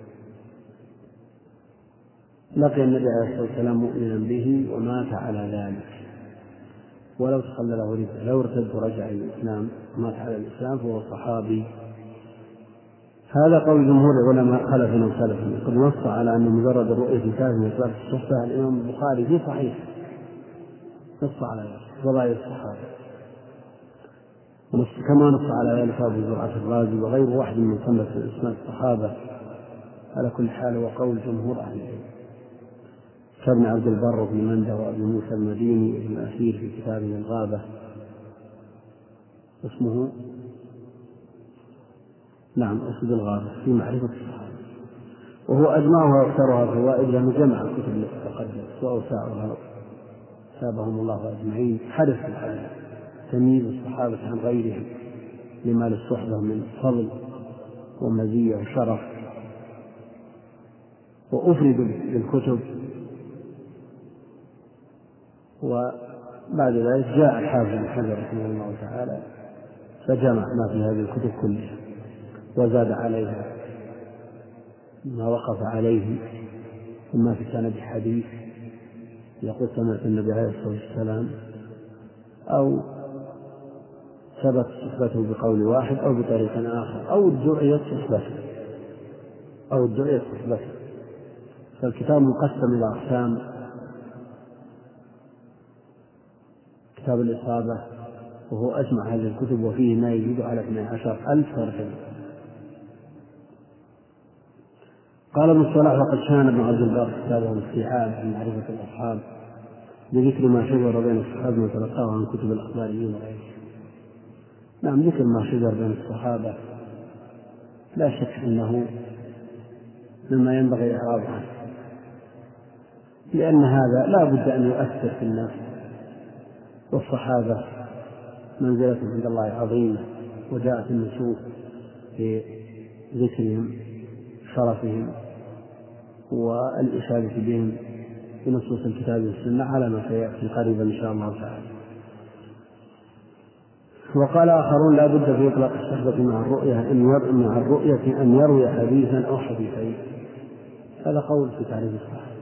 لقي النبي عليه الصلاة والسلام مؤمنا به ومات على ذلك ولو تخلله ردة لو ارتد ورجع إلى الإسلام مات على الإسلام فهو صحابي. هذا قول جمهور العلماء خلفا وسلفا. قد نص على أن مجرد الرؤية كافٍ من إطلاق الصحبة الإمام البخاري في صحيح نص على ذلك فضائل الصحابة ونص كما نص على ذلك أبو زرعة الرازي وغير واحد من صنف اسماء الصحابة. على كل حال وقول جمهور أهل العلم كابن عبد البر وابن منده وأبي موسى المديني وابن أثير في كتابه الغابة اسمه نعم أسد الغابة في معرفة الصحابة وهو أجمعها وأكثرها فوائد لأنه جمع الكتب التي تقدمت وأوسعها تابهم الله أجمعين. حرص على تمييز الصحابة عن غيرهم لما للصحبة من فضل ومزية وشرف وأفرد بالكتب. وبعد ذلك جاء الحافظ بن حجر رحمه الله تعالى فجمع ما في هذه الكتب كلها وزاد عليها ما وقف عليه ثم في سند حديث يقول سمعت النبي عليه الصلاة والسلام أو ثبت صحبته بقول واحد أو بطريق آخر أو ادعيت صحبته أو ادعيت صحبته. فالكتاب مقسم إلى أقسام. كتاب الإصابة وهو أجمع هذه الكتب وفيه ما يزيد على اثني عشر ألف ترجمة. قال ابن الصلاح وقد شان ابن عبد البر كتابه الاستيعاب عن معرفة الأصحاب بذكر ما شجر بين الصحابة وتلقاه عن كتب الأخباريين وغيرهم. نعم، ذكر ما شجر بين الصحابة لا شك أنه مما ينبغي الإعراض عنه، لأن هذا لا بد أن يؤثر في الناس، والصحابة منزلة عند الله عظيمة، وجاءت النصوص في ذكرهم شرفهم والإشادة بهم بنصوص الكتاب والسنة على ما سيأتي قريبا إن شاء الله تعالى. وقال آخرون لا بد في إطلاق الصحبة مع الرؤية أن يروي مع الرؤية أن يروي حديثا أو حديثين. هذا قول في تعريف الصحابة.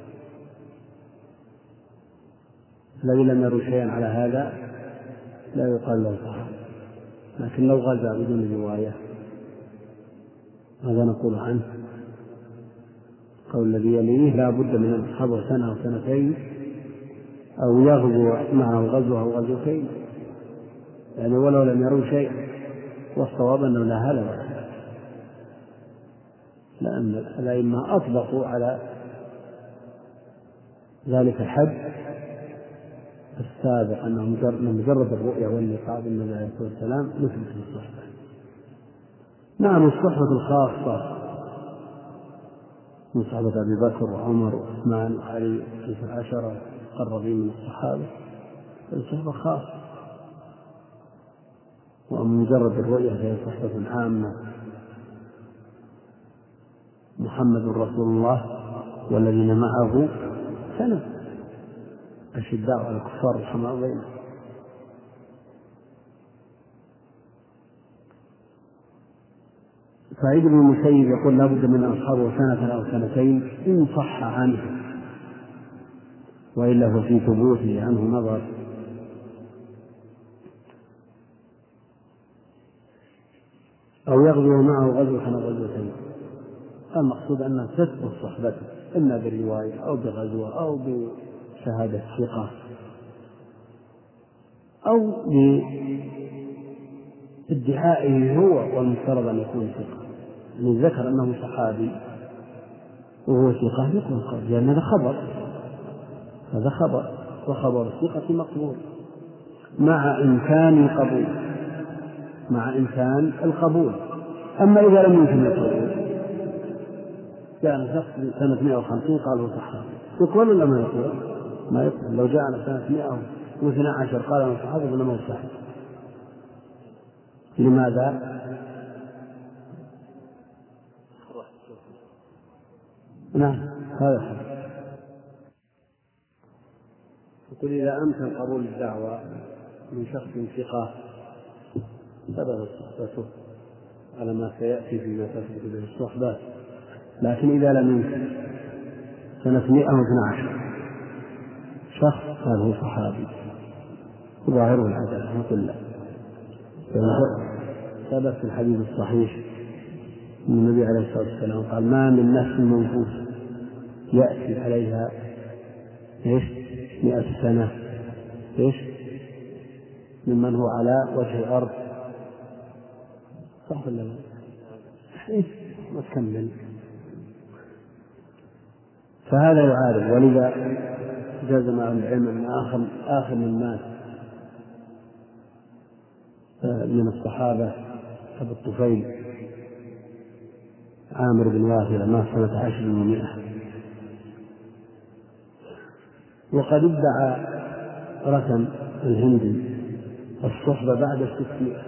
الذي لم يروي شيئا على هذا لا يقال له صحابة، لكن لو غزا بدون رواية ماذا نقول عنه؟ قول الذي يليه لا بد من أن يصحبه سنة أو سنتين أو يغزو معه غزوة أو غزوتين، يعني ولو لم يروا شيء. والصواب أنه لا هذا ولا هذا، لأن الأئمة أطلقوا على ذلك الحد السابق أنه مجرد الرؤية واللقاء بالنبي عليه الصلاة والسلام مثل في الصحبة. نعم، الصحبة الخاصة من صحبة أبي بكر وعمر وعثمان وعلي وتسع عشرة قربين من الصحابة، الصحبة خاصة. ومجرد الرؤية هي صحبة عامة. محمد رسول الله والذين معه سنة أشداء على الكفار رحماء بينهم. سعيد بن المسيب يقول لا بد من أصحابه سنة أو سنتين إن صح عنه، وإلا ففي ثبوته عنه نظر. أو يغزو معه غزوة أو غزوتين. المقصود أن تثبت صحبته إما بالرواية أو بغزوة أو بشهادة ثقة أو بادعائه هو، والمفترض أن يكون ثقة. يعني ذكر أنه صحابي وهو ثقة يكون قول، لأن هذا خبر، هذا خبر، وخبر الثقة مقبول مع إمكان القبول، مع إمكان القبول. أما إذا لم يمكن القبول، جاءنا شخص سنة مئة وخمسين قال هو صحابي، يقول ولا ما يقول؟ ما يقول. لو جاءنا سنة مئة واثنى عشر قال أنا صحابي ولا ما هو صحابي؟ لماذا؟ نعم، هذا حق. يقول إذا أمكن قبول الدعوة من شخص ثقة ثبتت صحبته على ما سيأتي فيما تثبت به الصحبة، لكن إذا لم يمكن سنة مئة واثنى عشر شخص هذا هو صحابي ظاهره العدالة نقول له. ثبت في الحديث الصحيح من النبي عليه الصلاة والسلام قال ما من نفس منفوس يأتي عليها إيش مئة سنة إيش ممن هو على وجه الأرض، صح ولا لا؟ إيش ما تكمل. فهذا يعارض، ولذا جزم أهل العلم أن آخر آخر من مات من الصحابة أبو الطفيل عامر بن واثلة مات سنة عشر ومئة. وقد ادعى رسم الهندي الصحبة بعد الستمائة،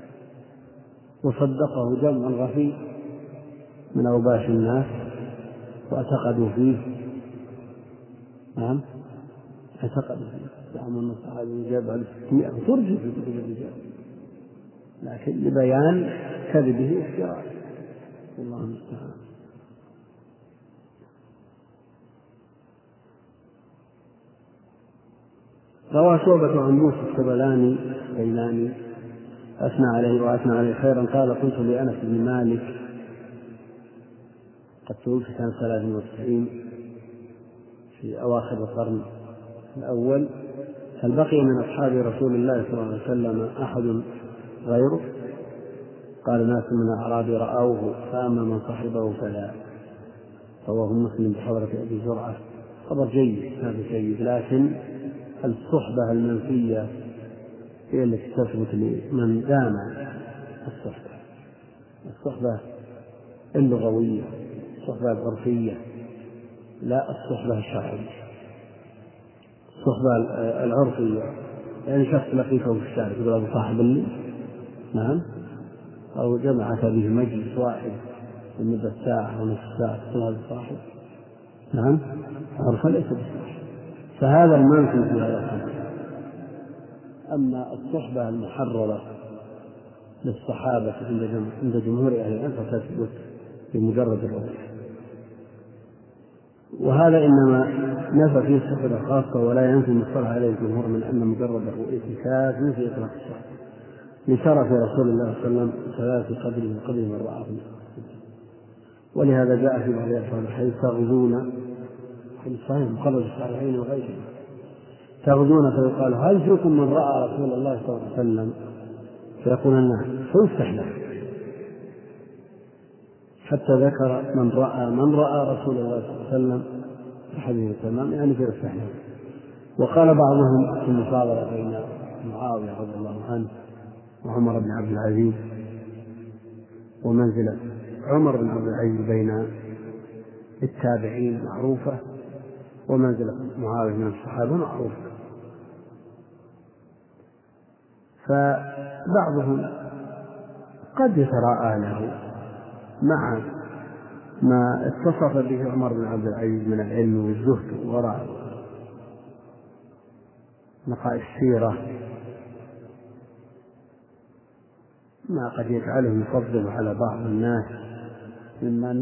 وصدقه جمع غفير من أوباش الناس واعتقدوا فيه. نعم، اعتقدوا فيه، زعموا أن الصحابة جاب على الستمائة وترجع في كتب الرجال، لكن لبيان كذبه وافتراءه. الله المستعان. روى شعبة عن موسى السبلاني السيلاني أثنى عليه وأثنى عليه خيرا قال قلت لأنس بن مالك قد توفي سنة ثلاث وتسعين في أواخر القرن الأول هل بقي من أصحاب رسول الله صلى الله عليه وسلم أحد غيره؟ قال ناس من الأعراب رأوه فأما من صحبه فلا. رواه مسلم بحضرة أبي زرعة. خبر جيد، هذا جيد، لكن الصحبة المنفية هي التي تثبت لمن دام الصحبة، الصحبة اللغوية، الصحبة العرفية، لا الصحبة الشرعية. الصحبة العرفية يعني شخص لقيته في الشارع يقول أبو صاحب لي، نعم، أو جمعك به مجلس واحد لمدة ساعة أو نصف ساعة تقول هذا صاحب، نعم، عرفا ليس بالصاحب، فهذا المنفي في هذا الحديث. أما الصحبة المحررة للصحابة عند جمهور أهل العلم فتثبت بمجرد الرؤية، وهذا إنما نفى فيه الصحبة الخاصة ولا ينفي المصطلح عليه الجمهور من أن مجرد الرؤية كاف في إطلاق الصحبة لشرف رسول الله صلى الله عليه وسلم ثلاث قدره قدر من رآه. ولهذا جاء في بعض الحديث تغزون في الصحيح مخرج الصحيحين وغيرهما تغزون فيقال هل فيكم من رأى رسول الله صلى الله عليه وسلم؟ فيقول نعم، فيفتح له حتى ذكر من رأى من رأى رسول الله صلى الله عليه وسلم في حديث تمام، يعني فيفتح له. وقال بعضهم في المصابرة بين معاوية رضي الله عنه وعمر بن عبد العزيز، ومنزلة عمر بن عبد العزيز بين التابعين معروفة، ومنزلة معاوية من الصحابة معروفة. فبعضهم قد يتراءى له مع ما اتصف به عمر بن عبد العزيز من العلم والزهد والورع نقاء السيرة، ما قد يجعله يفضل على بعض الناس ممن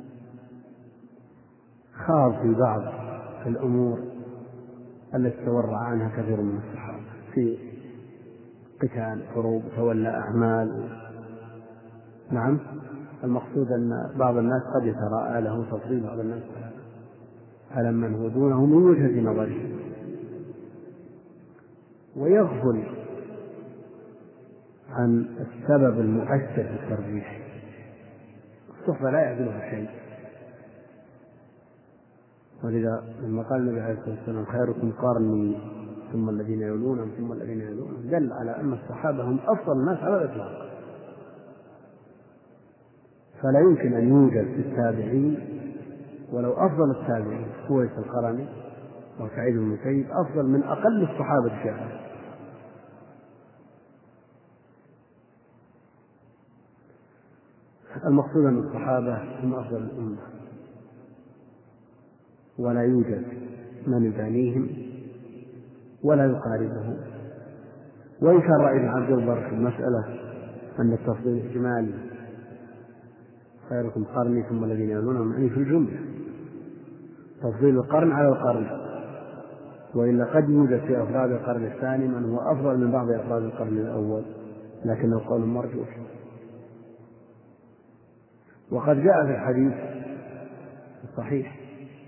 خاض في بعض الأمور التي تورع عنها كثير من الصحابة في قتال حروب تولى أعمال. نعم، المقصود أن بعض الناس قد يتراءى له تفضيل بعض الناس على من هو دونه من وجهة نظره، ويغفل عن السبب المؤثر في الترجيح. الصحبة لا يعدلها شيء، ولذا لما قال النبي عليه الصلاة والسلام خيركم قرني ثم الذين يلونهم ثم الذين يلونهم، دل على أن الصحابة هم أفضل الناس على الإطلاق. فلا يمكن أن يوجد في التابعين ولو أفضل التابعين أويس القرني أو سعيد بن المسيب أفضل من أقل الصحابة شهادة. المقصود أن الصحابة هم أفضل الأمة، ولا يوجد من يدانيهم ولا يقاربهم. وإن كان رأي ابن عبد البر في المسألة أن التفضيل إجمالي خيركم قرني ثم الذين يلونهم، يعني في الجملة تفضيل القرن على القرن، وإلا قد يوجد في أفراد القرن الثاني من هو أفضل من بعض أفراد القرن الأول، لكنه قول مرجوح. وقد جاء في الحديث الصحيح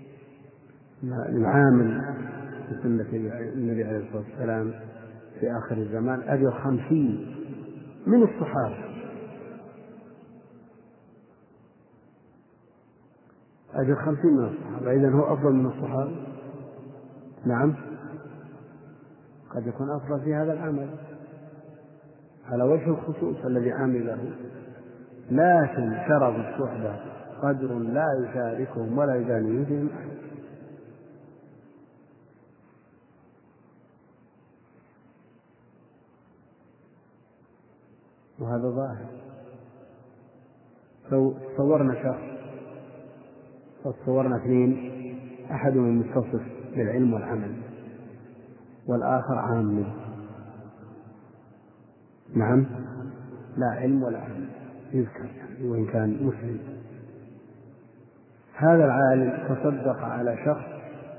العامل في سنة النبي عليه الصلاة والسلام في آخر الزمان أجر خمسين من الصحابة، أجر خمسين من الصحابة، إذن هو أفضل من الصحابة. نعم، قد يكون أفضل في هذا العمل على وجه الخصوص الذي عامل له، لكن شرف الصحبة قدر لا يشاركهم ولا يدانيهم فيهم أحد. وهذا ظاهر. لو صورنا شخص أو صورنا اثنين، أحدهم متصف بالعلم والعمل والآخر عامل، نعم، لا علم ولا عمل يذكر يعني وإن كان مسلم، هذا العالم تصدق على شخص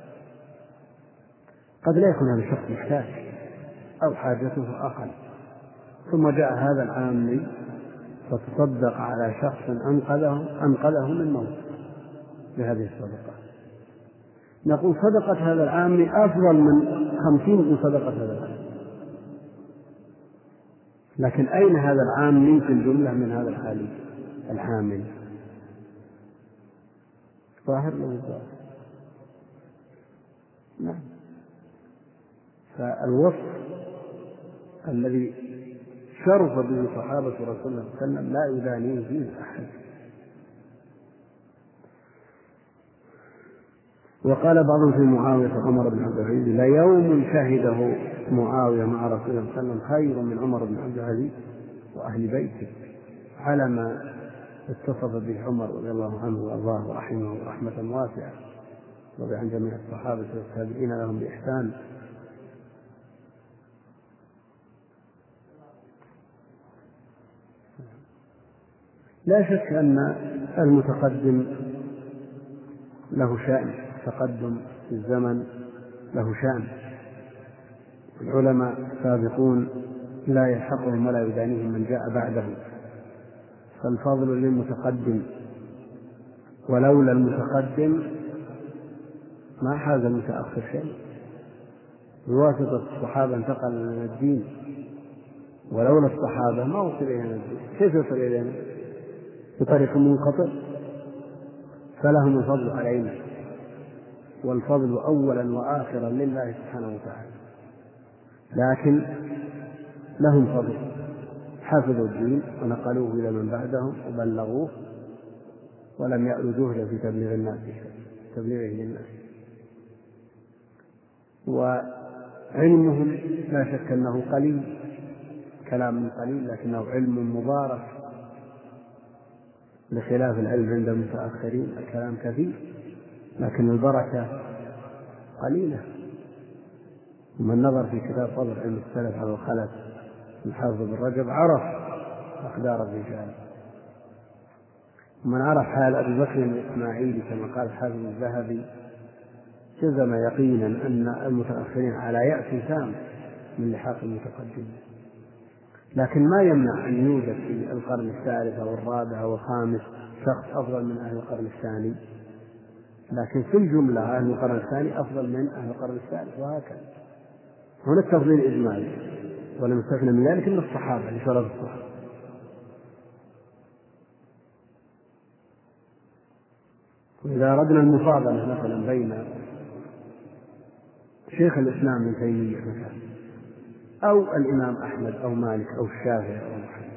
قد لا يكون هذا الشخص محتاج أو حاجته أقل، ثم جاء هذا العامل فتصدق على شخص أنقذه أنقذه من موت بهذه الصدقة. نقول صدقة هذا العامل أفضل من خمسين من صدقة هذا العامل، لكن أين هذا العامل في الجملة من هذا العالم العامل؟ ظاهر له ظاهر. نعم. فالوصف الذي شرف به صحابة رسول الله صلى الله عليه وسلم لا يدانيه فيه أحد. وقال بعضهم في معاوية عمر بن عبد العزيز: ليوم شهده معاوية مع رسول الله صلى الله عليه وسلم خير من عمر بن عبد العزيز وأهل بيته، على ما اتصف به عمر رضي الله عنه وأرضاه ورحمه رحمة واسعة، رضي عن جميع الصحابة والتابعين لهم بإحسان. لا شك أن المتقدم له شأن، التقدم في الزمن له شأن. العلماء السابقون لا يلحقهم ولا يدانيهم من جاء بعدهم، فالفضل للمتقدم، ولولا المتقدم ما حاز المتأخر شيء. بواسطة الصحابة انتقل من الدين، ولولا الصحابة ما وصل إلينا الدين. كيف يصل إلينا؟ بطريق منقطع. فلهم الفضل علينا، والفضل أولا وآخرا لله سبحانه وتعالى، لكن لهم فضل، حفظوا الدين ونقلوه إلى من بعدهم وبلغوه، ولم يألوا جهدا في تبليغ الناس تبليغه للناس. وعلمهم لا شك أنه قليل، كلام قليل لكنه علم مبارك، بخلاف العلم عند المتأخرين الكلام كثير لكن البركة قليلة. ومن نظر في كتاب فضل علم السلف على الخلف الحافظ بن رجب عرف أقدار الرجال. ومن عرف حال أبي بكر الإسماعيلي كما قال الحافظ الذهبي جزم يقينا أن المتأخرين على يأس تام من لحاق المتقدمين. لكن ما يمنع أن يوجد في القرن الثالث أو الرابع أو الخامس شخص أفضل من أهل القرن الثاني، لكن في الجملة أهل القرن الثاني أفضل من أهل القرن الثالث، وهكذا. هنا التفضيل إجمالي، ولم يستثنى من ذلك إلا الصحابة لشرف الصحابة. وإذا أردنا المفاضلة مثلا بين شيخ الإسلام ابن تيمية مثلا أو الإمام أحمد أو مالك أو الشافعي أو محمد،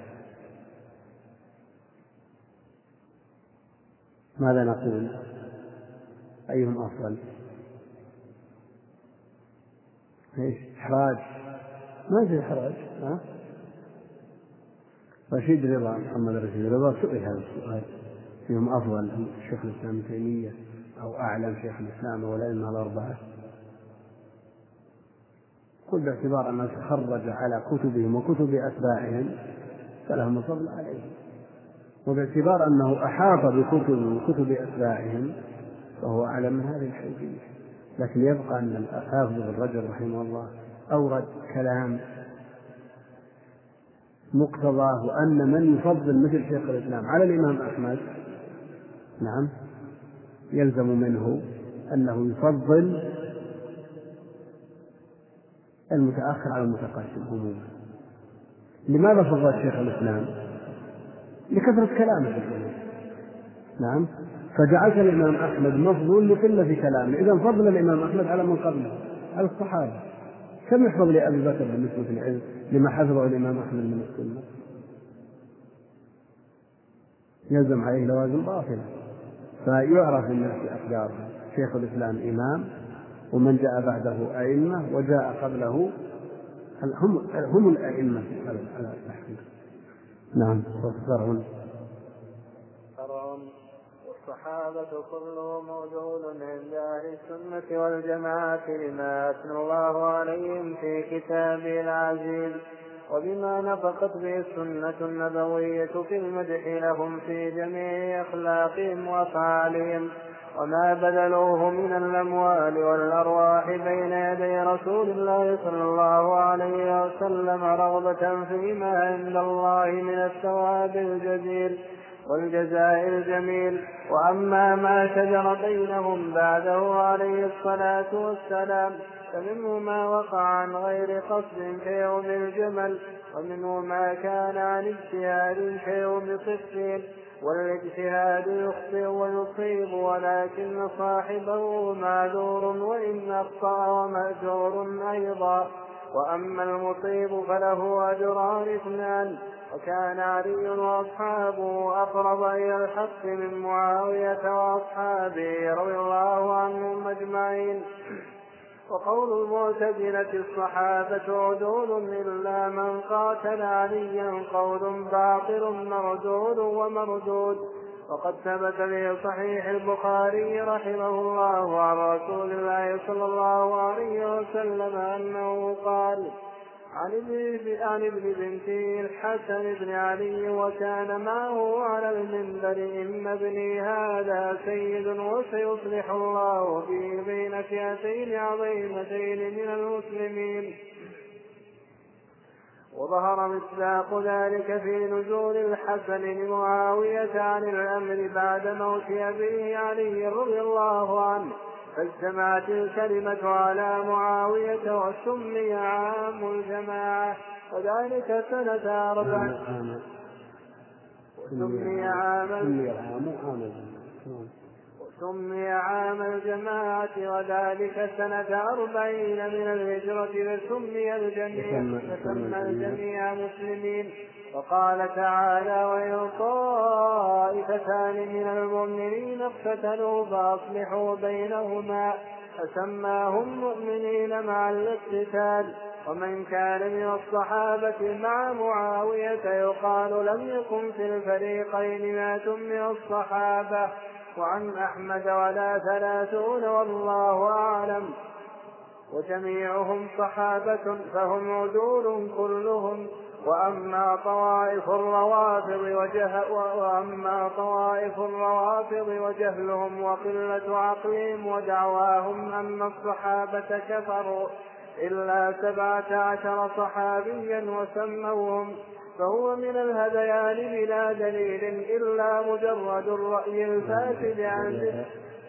ماذا نقول؟ أيهم أفضل؟ إيش؟ إحراج؟ ما في إحراج. ها؟ رشيد رضا محمد رشيد رضا سئل هذا السؤال: فيهم أفضل شيخ الإسلام ابن تيمية أو أعلم شيخ الإسلام والأئمة الأربعة؟ قل باعتبار أنه تخرج على كتبهم وكتب أتباعهم فلهم الفضل عليهم، وباعتبار أنه أحاط بكتب وكتب أتباعهم فهو أعلم من هذه الحيثية. لكن يبقى أن الحافظ بن رجب رحمه الله أورد كلام مقتضاه أن من يفضل مثل شيخ الإسلام على الإمام أحمد نعم يلزم منه أنه يفضل المتأخر على المتقدم عموما. لماذا فضل شيخ الإسلام؟ لكثرة كلامه في الجميع. نعم، فجعلت الإمام أحمد مفضول لقلة كلامه، إذا فضل الإمام أحمد على من قبله على الصحابة. كم يحفظ لأبي بكر بالنسبة للعلم لما حفظه الإمام أحمد من السنة؟ يلزم عليه لوازم باطلة. فيعرف الناس أقدارهم. شيخ الإسلام إمام، ومن جاء بعده أئمة، وجاء قبله هم, هم الأئمة على التحقيق. نعم. فرعون والصحابة كلهم موجود عند أهل السنة والجماعة لما أثنى الله عليهم في كتابه العزيز، وبما نطقت به السنة النبوية في المدح لهم في جميع أخلاقهم وأفعالهم، وما بذلوه من الأموال والأرواح بين يدي رسول الله صلى الله عليه وسلم رغبة فيما عند الله من الثواب الجزيل والجزاء الجميل. وأما ما شجر بينهم بعده عليه الصلاة والسلام فمنه ما وقع عن غير قصد كيوم الجمل، ومنه ما كان عن اجتهاد كيوم صفين، والاجتهاد يخطئ ويصيب ولكن صاحبه معذور وإن أخطأ ومأجور أيضا. وأما المصيب فله أجران اثنان. وكان علي وأصحابه أقرب إلى الحق من معاوية وأصحابه رضي الله عنهم أجمعين. وقول المعتزلة الصحابة عدول إلا من قاتل عليا قول باطل مردود ومردود. وقد ثبت في صحيح البخاري رحمه الله عن رسول الله صلى الله عليه وسلم أنه قال عن ابن بنته الحسن بن علي وكان معه على المنبر: إن ابني هذا سيد وسيصلح الله به بين فئتين عظيمتين من المسلمين. وظهر مصداق ذلك في نزول الحسن لمعاوية عن الأمر بعد موت أبيه علي رضي الله عنه، فاجتمعت الكلمة على معاوية وسمي عام الجماعة، وذلك سنة أربع وسمي عام سمي عام الجماعة وذلك سنة أربعين من الهجرة، فسمي الجميع فسمى الجميع مسلمين. وقال تعالى: وإن طائفتان من المؤمنين اقتتلوا فأصلحوا بينهما، فسماهم مؤمنين مع الاقتتال. ومن كان من الصحابة مع معاوية يقال لم يكن في الفريقين مئة من الصحابة. وعن أحمد ولا ثلاثون والله أعلم. وجميعهم صحابة فهم عدول كلهم. وأما طوائف الروافض وجه وأما طوائف الروافض وجهلهم وقلة عقلهم ودعواهم أن الصحابة كفروا إلا سبعة عشر صحابيا وسموهم، فهو من الهذيان بلا دليل إلا مجرد الرأي الفاسد عن ذلك.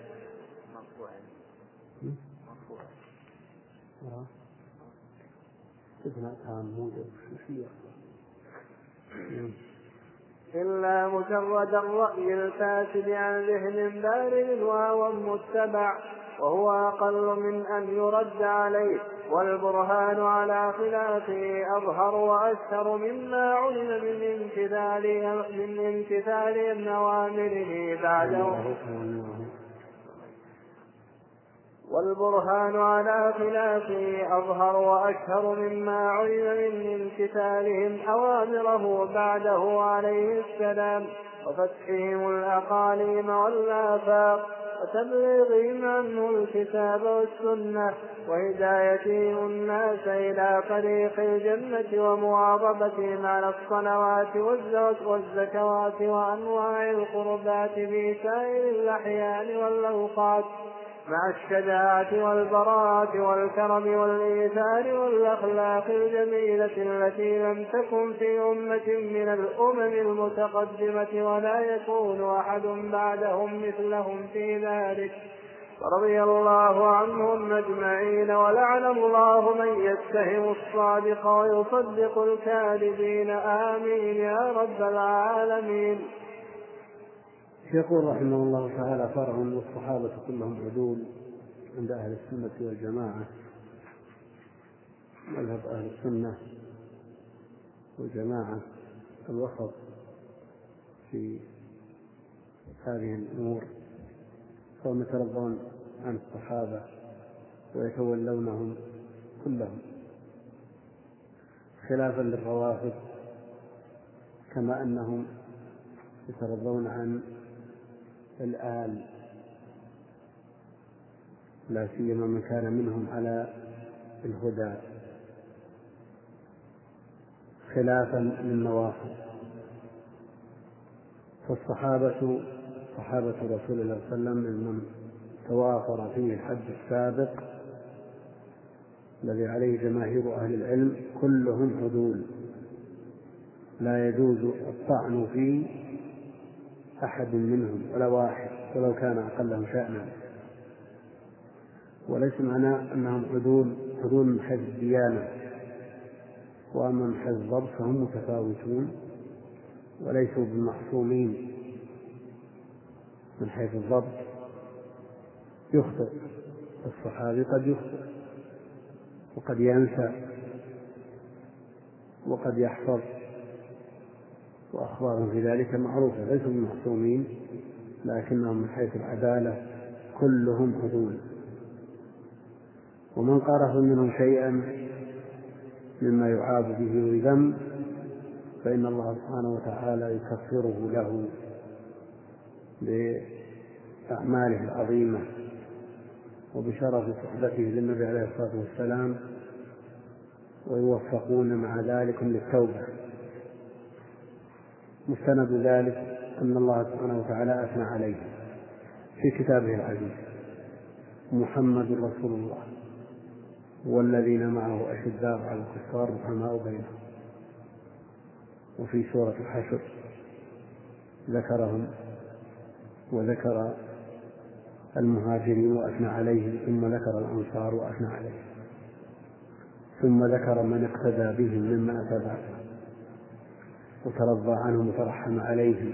إلا مجرد الرأي الفاسد عن ذهن بارد وهو متبع، وهو أقل من أن يرد عليه. والبرهان على خلافه أظهر وأشهر مما علم من امتثال من امتثال أوامره بعده والبرهان على خلافه أظهر وأشهر مما علم من امتثالهم أوامره بعده عليه السلام، وفتحهم الأقاليم والآفاق، وتبليغهم عنه الكتاب والسنة، وهدايتهم الناس إلى طريق الجنة، ومواظبتهم على الصلوات والزكوات وأنواع القربات في سائر الأحيان والأوقات، مع الشجاعة والبراءة والكرم والإيثار والأخلاق الجميلة التي لم تكن في أمة من الأمم المتقدمة ولا يكون أحد بعدهم مثلهم في ذلك. رضي الله عنهم أجمعين، ولعن الله من يتهم الصادق ويصدق الكاذبين. آمين يا رب العالمين. يقول رحمه الله تعالى: فرع والصحابة كلهم عدول عند أهل السنة والجماعة. مذهب أهل السنة والجماعة الوسط في هذه الأمور، فهم يترضون عن الصحابة ويتولونهم كلهم، خلافا للروافض، كما أنهم يترضون عن الآل، لا سيما من كان منهم على الهدى، خلافا للنوافل. فالصحابة صحابة رسول الله صلى الله عليه وسلم ممن توافر فيه الحد السابق الذي عليه جماهير أهل العلم، كلهم عدول، لا يجوز الطعن في أحد منهم ولا واحد ولو كان أقلهم شأنا. وليس معنى أنهم عدول عدول من حيث الديانة، وأما من حيث الضبط فهم متفاوتون وليسوا بالمعصومين. من حيث الضبط يخطئ الصحابي، قد يخطئ وقد ينسى وقد يحفظ، وأخبارهم في ذلك معروفة، ليسوا معصومين، لكنهم من حيث العدالة كلهم عدول. ومن قارف منهم شيئا مما يعاب به ويذم فإن الله سبحانه وتعالى يكفره له بأعماله العظيمة وبشرف صحبته للنبي عليه الصلاة والسلام، ويوفقون مع ذلك للتوبة. مستند ذلك أن الله سبحانه وتعالى أثنى عليه في كتابه العزيز: محمد رسول الله والذين معه أشداء على الكفار رحماء بينهم. وفي سورة الحشر ذكرهم وذكر المهاجرين وأثنى عليهم، ثم ذكر الأنصار وأثنى عليهم، ثم ذكر من اقتدى بهم ممن أتبع وترضى عنهم وترحم عليهم،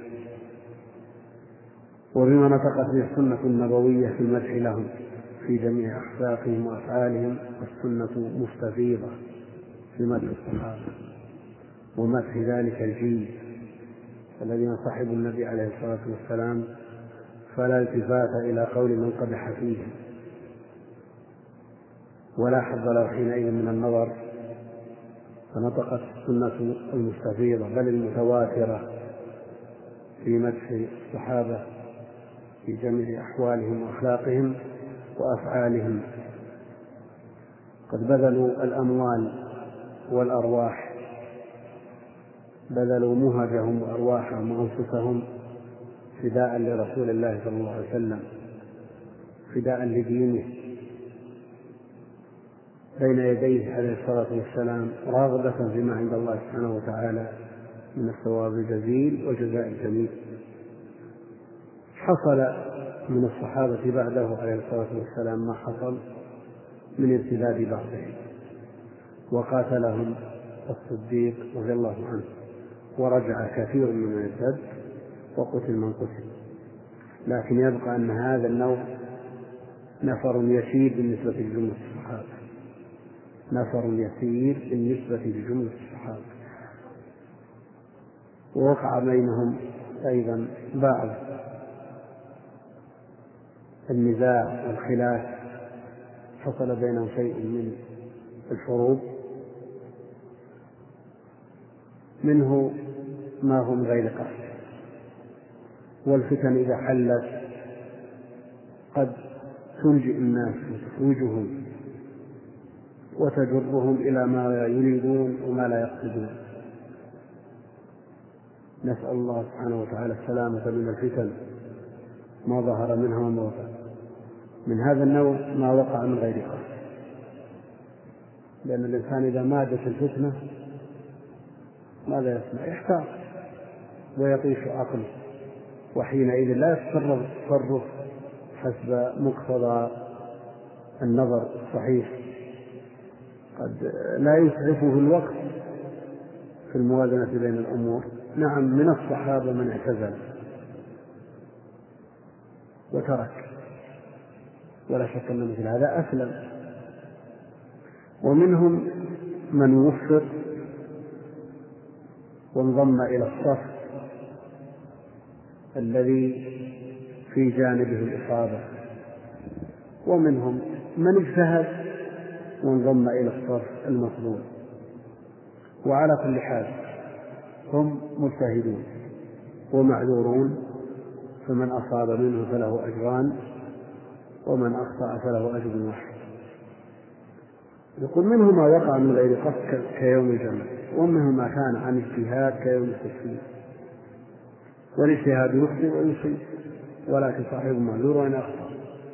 وبما نطقت به السنة النبوية في المدح لهم في جميع أخلاقهم وأفعالهم. والسنة مستفيضة في مدح الصحابة ومدح ذلك الجيل الذين صحبوا النبي عليه الصلاة والسلام، فلا التفات إلى قول من قدح فيهم، ولا حظ له حينئذ من النظر. فنطقت السنة المستفيضة بل المتواترة في مدح الصحابة في جميع أحوالهم وأخلاقهم وأفعالهم. قد بذلوا الأموال والأرواح، بذلوا مهجهم وأرواحهم وأنفسهم فداء لرسول الله صلى الله عليه وسلم، فداء لدينه بين يديه عليه الصلاة والسلام، راغبة فيما عند الله سبحانه وتعالى من الثواب الجزيل والجزاء الجميل. حصل من الصحابة بعده عليه الصلاة والسلام ما حصل من ارتداد بعضهم، وقاتلهم الصديق رضي الله عنه، ورجع كثير من الارتد وقتل من قتل. لكن يبقى أن هذا النوع نفر يسير بالنسبة لجملة الصحابة، نفر يسير بالنسبة لجملة الصحابة. ووقع بينهم أيضا بعض النزاع والخلاف، حصل بينهم شيء من الحروب، منه ما هم غير قصد. والفتن إذا حلت قد تلجئ الناس وتحوجهم وتجرهم إلى ما يريدون وما لا يقصدون. نسأل الله سبحانه وتعالى السلامة من الفتن ما ظهر منها وما بطن. من هذا النوع ما وقع من غير قصد، لأن الإنسان إذا مادت الفتنة ماذا يصنع؟ يحتاط ويطيش عقله، وحينئذ لا يتصرف تصرف حسب مقتضى النظر الصحيح، قد لا يسعفه الوقت في الموازنة بين الأمور. نعم، من الصحابة من اعتزل وترك، ولا شك أن مثل هذا أسلم، ومنهم من وفق وانضم إلى الصف الذي في جانبه الإصابة، ومنهم من اجتهد وانضم إلى الصف المطلوب. وعلى كل حال هم مجتهدون ومعذورون، فمن أصاب منه فله أجران ومن أخطأ فله أجر واحد. يقول منه ما وقع من غير قصد كيوم الجمع، ومنه ما كان عن اجتهاد كيوم التسليم. والاجتهاد يخطئ ويصيب، ولكن صاحب معذور وإن أخطأ.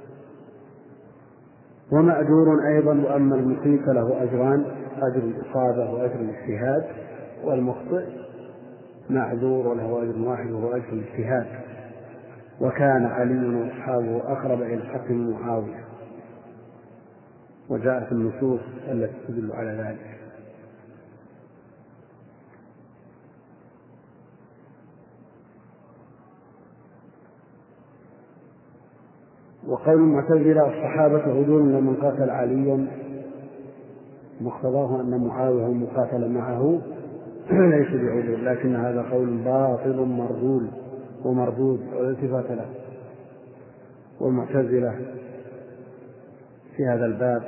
ومأجور أيضا، وأما المصيب فله أجران: أجر الإصابة وأجر الاجتهاد، والمخطئ معذور وله أجر واحد وهو أجر الاجتهاد. وكان علي وأصحابه أقرب إلى الحق من معاوية، وجاءت النصوص التي تدل على ذلك. وقول المعتزلة الصحابة عدول من قاتل عليا، مقتضاه أن معاوية مقاتل معه ليس بعذر، لكن هذا قول باطل مردود ومردود ولا التفات له. والمعتزلة في هذا الباب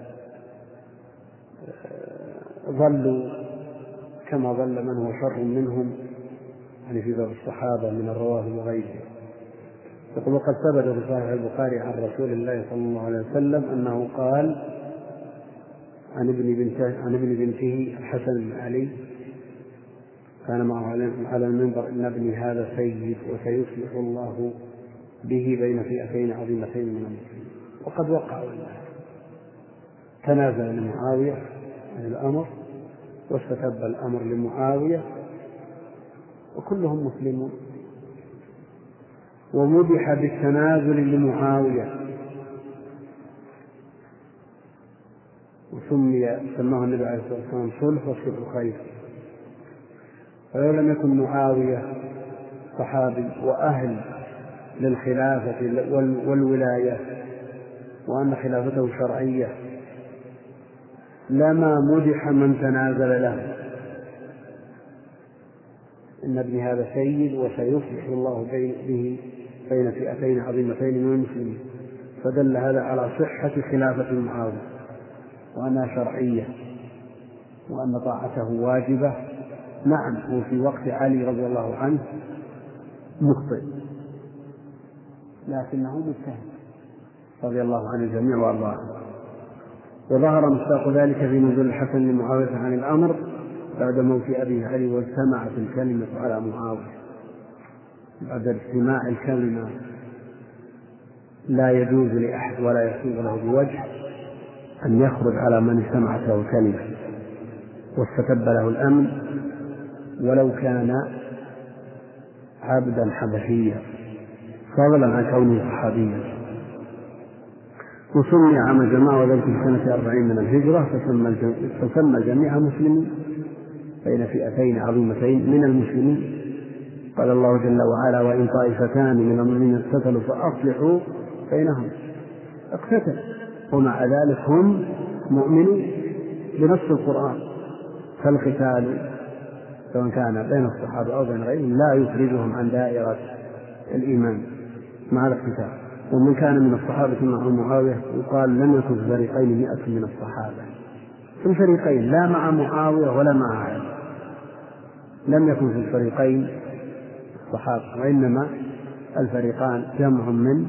ظلوا كما ظل من هو شر منهم، يعني في باب الصحابة من الروافض وغيرهم. يقول: وقد ثبت في صحيح البخاري عن رسول الله صلى الله عليه وسلم أنه قال عن ابن بنته, عن ابن بنته الحسن بن علي كان معه على المنبر: إن ابني هذا سيد وسيصلح الله به بين فئتين عظيمتين من المسلمين. وقد وقع الله، تنازل لمعاوية عن الأمر واستتب الأمر لمعاوية، وكلهم مسلمون. ومدح بالتنازل لمعاوية، وسمي سماه النبي عليه الصلاة والسلام صلح والصلح خير. ولو لم يكن معاوية صحابي وأهل للخلافة والولاية وأن خلافته شرعية لما مدح من تنازل له. إن ابن هذا سيد وسيصلح الله به بين فئتين عظيمتين من المسلمين، فدل هذا على صحة خلافة معاوية وأنها شرعية وأن طاعته واجبة. نعم، وفي وقت علي رضي الله عنه مخطئ، لكنه مجتهد رضي الله عن الجميع وأرضاه. وظهر مصداق ذلك في نزول الحسن لمعاوية عن الأمر بعد موت أبيه علي، واجتمعت الكلمة على معاوية. بعد اجتماع الكلمة لا يجوز لأحد ولا يسوغ له بوجه أن يخرج على من اجتمعت له الكلمة واستتب له الأمن ولو كان عبدا حبشيا، فضلا عن كونه صحابيا. وسمي عام الجماعة وذلك في سنة أربعين من الهجرة، فسمى جميع مسلمين بين فئتين عظيمتين من المسلمين. قال الله جل وعلا: وإن طائفتان من المؤمنين اقتتلوا فأصلحوا بينهم. اقتتل ومع ذلك هم مؤمنون بنص القرآن. فالقتال سواء كان بين الصحابة أو بين غيرهم لا يخرجهم عن دائرة الإيمان مع القتال. ومن كان من الصحابة مع معاوية يقال لم يكن في الفريقين مئة من الصحابة، في الفريقين لا مع معاوية ولا مع علي، لم يكن في الفريقين الصحابة، وإنما الفريقان جمع من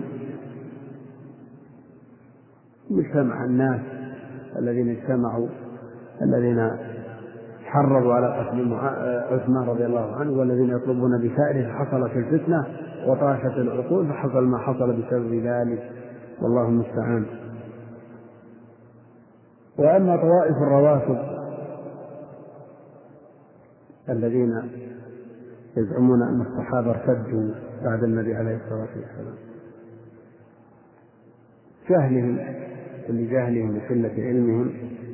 مجتمع الناس الذين اجتمعوا الذين حرضوا على قتل عثمان رضي الله عنه، والذين يطلبون بسائره. حصلت الفتنة وطاشت العقول فحصل ما حصل بسبب ذلك، والله المستعان. وأما طوائف الروافض الذين يزعمون أن الصحابة ارتدوا بعد النبي عليه الصلاة والسلام، جهلهم لجهلهم وقلة علمهم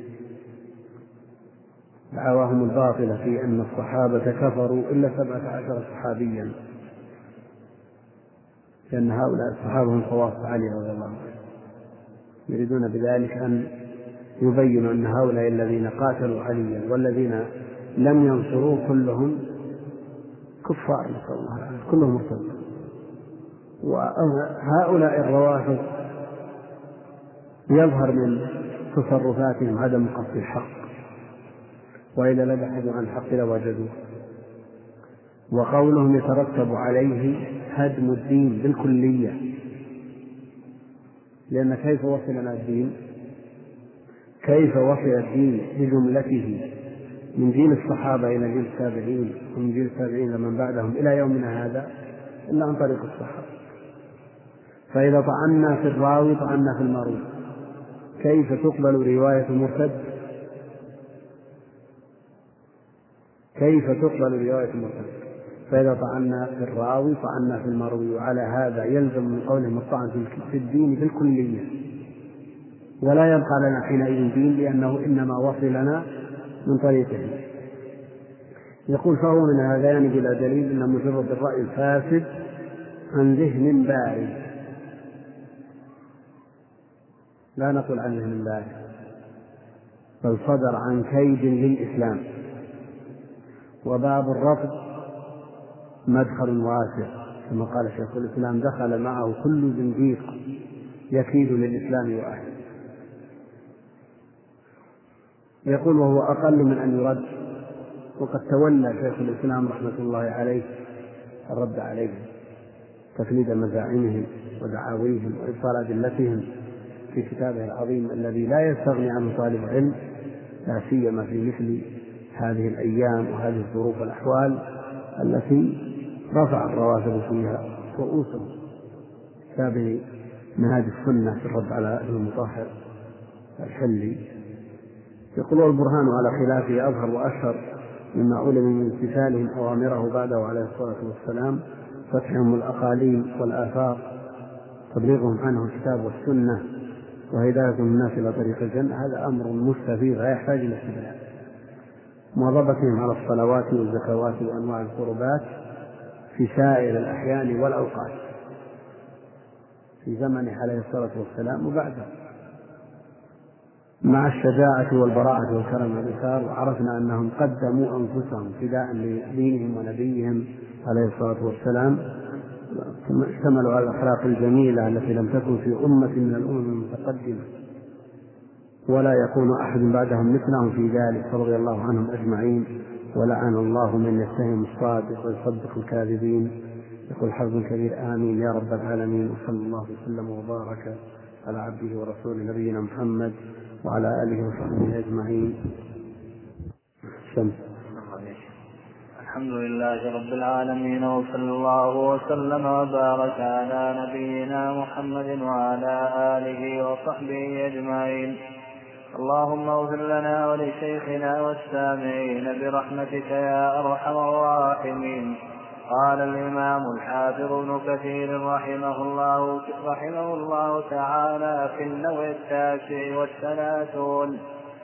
دعواهم الباطلة في أن الصحابة كفروا إلا سبعة عشر صحابيا، لأن هؤلاء الصحابة هم خواص علي رضي الله عنه. يريدون بذلك أن يبينوا أن هؤلاء الذين قاتلوا عليا والذين لم ينصروه كلهم كفار، نسأل الله العافية، كلهم مرتدون. وهؤلاء الروافض يظهر من تصرفاتهم عدم قصد الحق، وإذا لبحثوا عن الحق لوجدوه. وقولهم يترتب عليه هدم الدين بالكلية، لأن كيف وصلنا الدين؟ كيف وصل الدين بجملته من جيل الصحابة إلى جيل التابعين ومن جيل التابعين لمن بعدهم إلى يومنا هذا إلا عن طريق الصحابة؟ فإذا طعنا في الراوي طعنا في المروي. كيف تقبل رواية مرتد؟ كيف تقبل رواية مرتد؟ فإذا طعنا في الراوي طعنا في المروي. وعلى هذا يلزم من قولهم الطعن في الدين بالكلية، ولا يبقى لنا حينئذ دين، لأنه إنما وصلنا من طريقه. يقول: فهو من هذين بلا دليل إن مجرد الرأي الفاسد عن ذهن بارد. لا نقول عن ذهن بارد، بل صدر عن كيد للإسلام، وباب الرفض مدخل واسع، كما قال شيخ الإسلام: دخل معه كل زنديق يكيد للإسلام وأهله. يقول: وهو أقل من أن يرد، وقد تولى شيخ الإسلام رحمة الله عليه الرد عليهم، تفنيد مزاعمهم ودعاويهم وإبطال أدلتهم في كتابه العظيم الذي لا يستغني عنه طالب علم، لا سيما في مثل هذه الأيام وهذه الظروف والأحوال التي رفع الروافض فيها رؤوسهم. كتابه منهاج السنة في الرد على ابن المطهر الحلي يقول: البرهان على خلافه أظهر وأشهر مما علم من امتثالهم أوامره بعده عليه الصلاة والسلام، فتحهم الأقاليم والآفاق، تبليغهم عنه الكتاب والسنة، وهداية الناس إلى طريق الجنة. هذا أمر مستفيض لا يحتاج إلى استدلال. مواظبتهم على الصلوات والزكوات وأنواع القربات في سائر الأحيان والأوقات في زمنه عليه الصلاة والسلام وبعده، مع الشجاعة والبراعة والكرم والإيثار. وعرفنا أنهم قدموا أنفسهم فداء لدينهم ونبيهم عليه الصلاة والسلام، اشتملوا على الأخلاق الجميلة التي لم تكن في أمة من الأمم المتقدمة، ولا يكون أحد بعدهم مثلهم في ذلك، فرضي الله عنهم أجمعين، ولعن الله من يتهم الصادق ويصدق الكاذبين. يقول حفظ كبير: آمين يا رب العالمين. وصلى الله وسلم وبارك على عبده ورسوله نبينا محمد وعلى آله وصحبه أجمعين. شمس. الحمد لله رب العالمين، وصلى الله وسلم وبارك على نبينا محمد وعلى آله وصحبه أجمعين. اللهم اغفر لنا ولشيخنا والسامعين برحمتك يا أرحم الراحمين. قال الإمام الحافظ ابن كثير رحمه الله, رحمه الله تعالى في النوع التاسع والثلاثون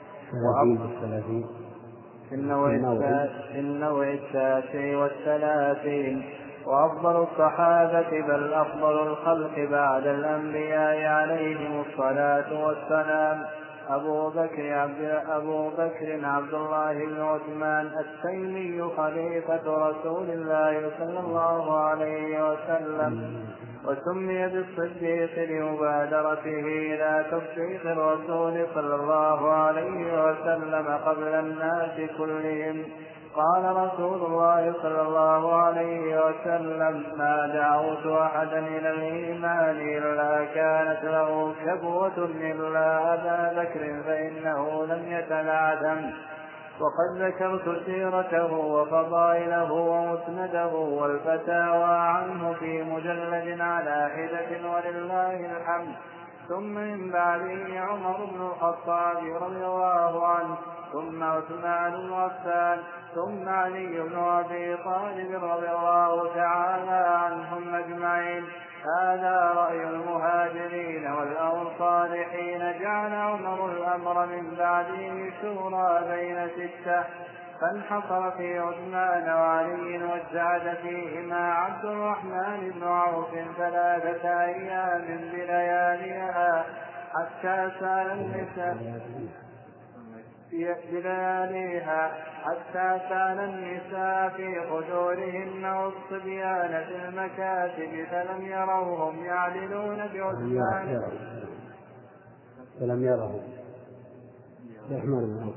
في النوع التاسع والثلاثين وأفضل الصحابة بل أفضل الخلق بعد الأنبياء عليهم الصلاة والسلام أبو بكر عبد, أبو بكر عبد الله بن عثمان التيمي خليفة رسول الله صلى الله عليه وسلم، وسمي بالصديق لمبادرته إلى تصديق الرسول صلى الله عليه وسلم قبل الناس كلهم. قال رسول الله صلى الله عليه وسلم: ما دعوت أحدا إلى الإيمان إلا كانت له كبوة إلا أبا بكر فإنه لم يتنعدم. وقد ذكرت سيرته وفضائله ومسنده والفتاوى عنه في مجلد على حدة ولله الحمد. ثم من بعده عمر بن الخطاب رضي الله عنه، ثم عثمان بن عفان، ثم علي بن أبي طالب رضي الله تعالى عنهم أجمعين. هذا رأي المهاجرين والأنصار حين جعل عمر الأمر من بعده شورى بين ستة، فانحصر في عثمان وعلي وازداد فيهما عبد الرحمن بن عوف ثلاثة أيام بلياليها حتى سال النساء بلياليها حتى سال النساء في خدورهن والصبيان في المكاتب، فلم يروهم يعدلون بعثمان فلم يرهم الرحمن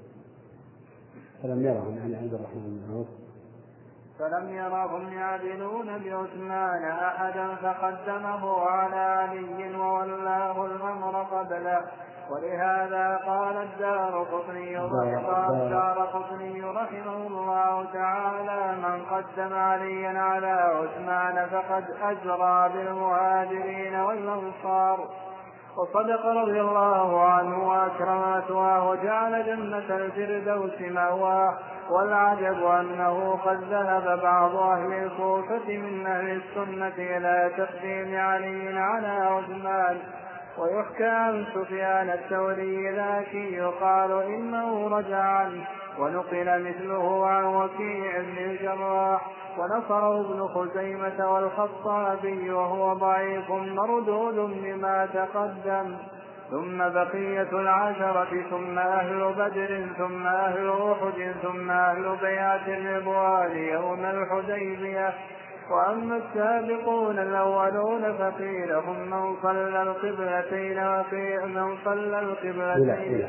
فلم يرهم يعني عند الرحمن بن عوف فلم يرهم يعدلون بعثمان أحدا فقدمه على علي وولاه الأمر قبله. ولهذا قال الدارقطني رحمه الله تعالى: من قدم عليا على عثمان فقد أجرى بالمهاجرين والأنصار. وصدق رضي الله عنه وأكرم مثواه وجعل جنة الفردوس مأواه. والعجب أنه قد ذهب بعض أهل الكوفة من أهل السنة إلى تقديم علي على عثمان. ويحكى عن سفيان الثوري ذاكي يقال إنه رجع عنه، ونقل مثله عن وكيع بن الجراح، ونصره ابن خزيمة والخطابي وهو ضعيف مردود بما تقدم. ثم بقية العشرة ثم أهل بدر ثم أهل أحد ثم أهل بيعة الرضوان يوم الحديبية. وأما السابقون الأولون فقيل هم من صلى القبلتين وقيل من صلى القبلتين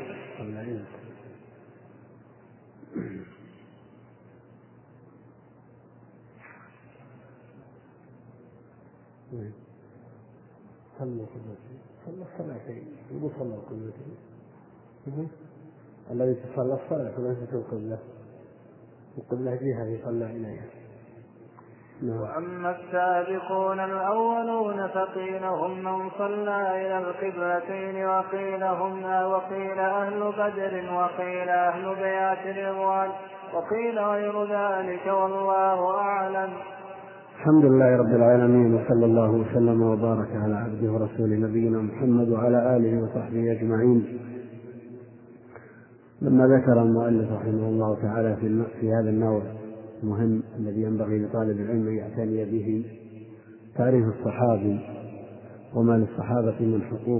صلى صلى الصلاتين يقول صلى القبلتين الذي تصلى الصلاة وليست القبلة، القبلة جهة يصلى إليها. وأما السابقون الأولون فقيل هم من صلى إلى القبلتين وقيل هم وقيل أهل بدر وقيل أهل بيعة الرضوان وقيل غير ذلك والله أعلم. الحمد لله رب العالمين، وصلى الله وسلم وبارك على عبده ورسوله نبينا محمد وعلى آله وصحبه أجمعين. لما ذكر المؤلف رحمه الله تعالى في هذا النوع المهم الذي ينبغي لطالب العلم أن يعتني به، تعريف الصحابي وما للصحابة من حقوق،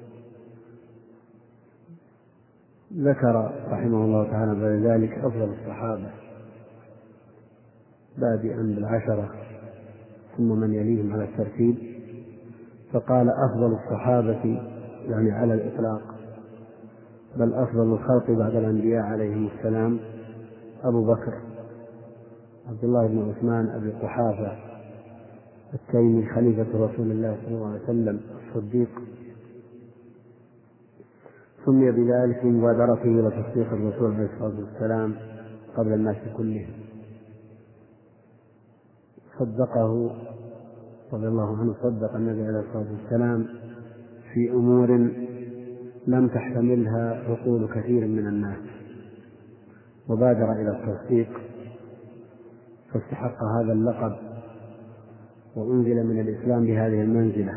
ذكر رحمه الله تعالى بعد ذلك أفضل الصحابة بادئا بالعشرة ثم من يليهم على الترتيب، فقال أفضل الصحابة يعني على الإطلاق، بل أفضل الخلق بعد الأنبياء عليهم السلام أبو بكر عبد الله بن عثمان أبي قحافة التيمي خليفة رسول الله صلى الله عليه وسلم الصديق، سمي بذلك مبادرته إلى تصديق الرسول عليه الصلاة والسلام قبل الناس كلهم، صدقه رضي الله عنه، صدق النبي عليه الصلاة والسلام في أمور لم تحتملها عقول كثير من الناس، وبادر إلى التصديق فاستحق هذا اللقب وأنزل من الإسلام بهذه المنزلة.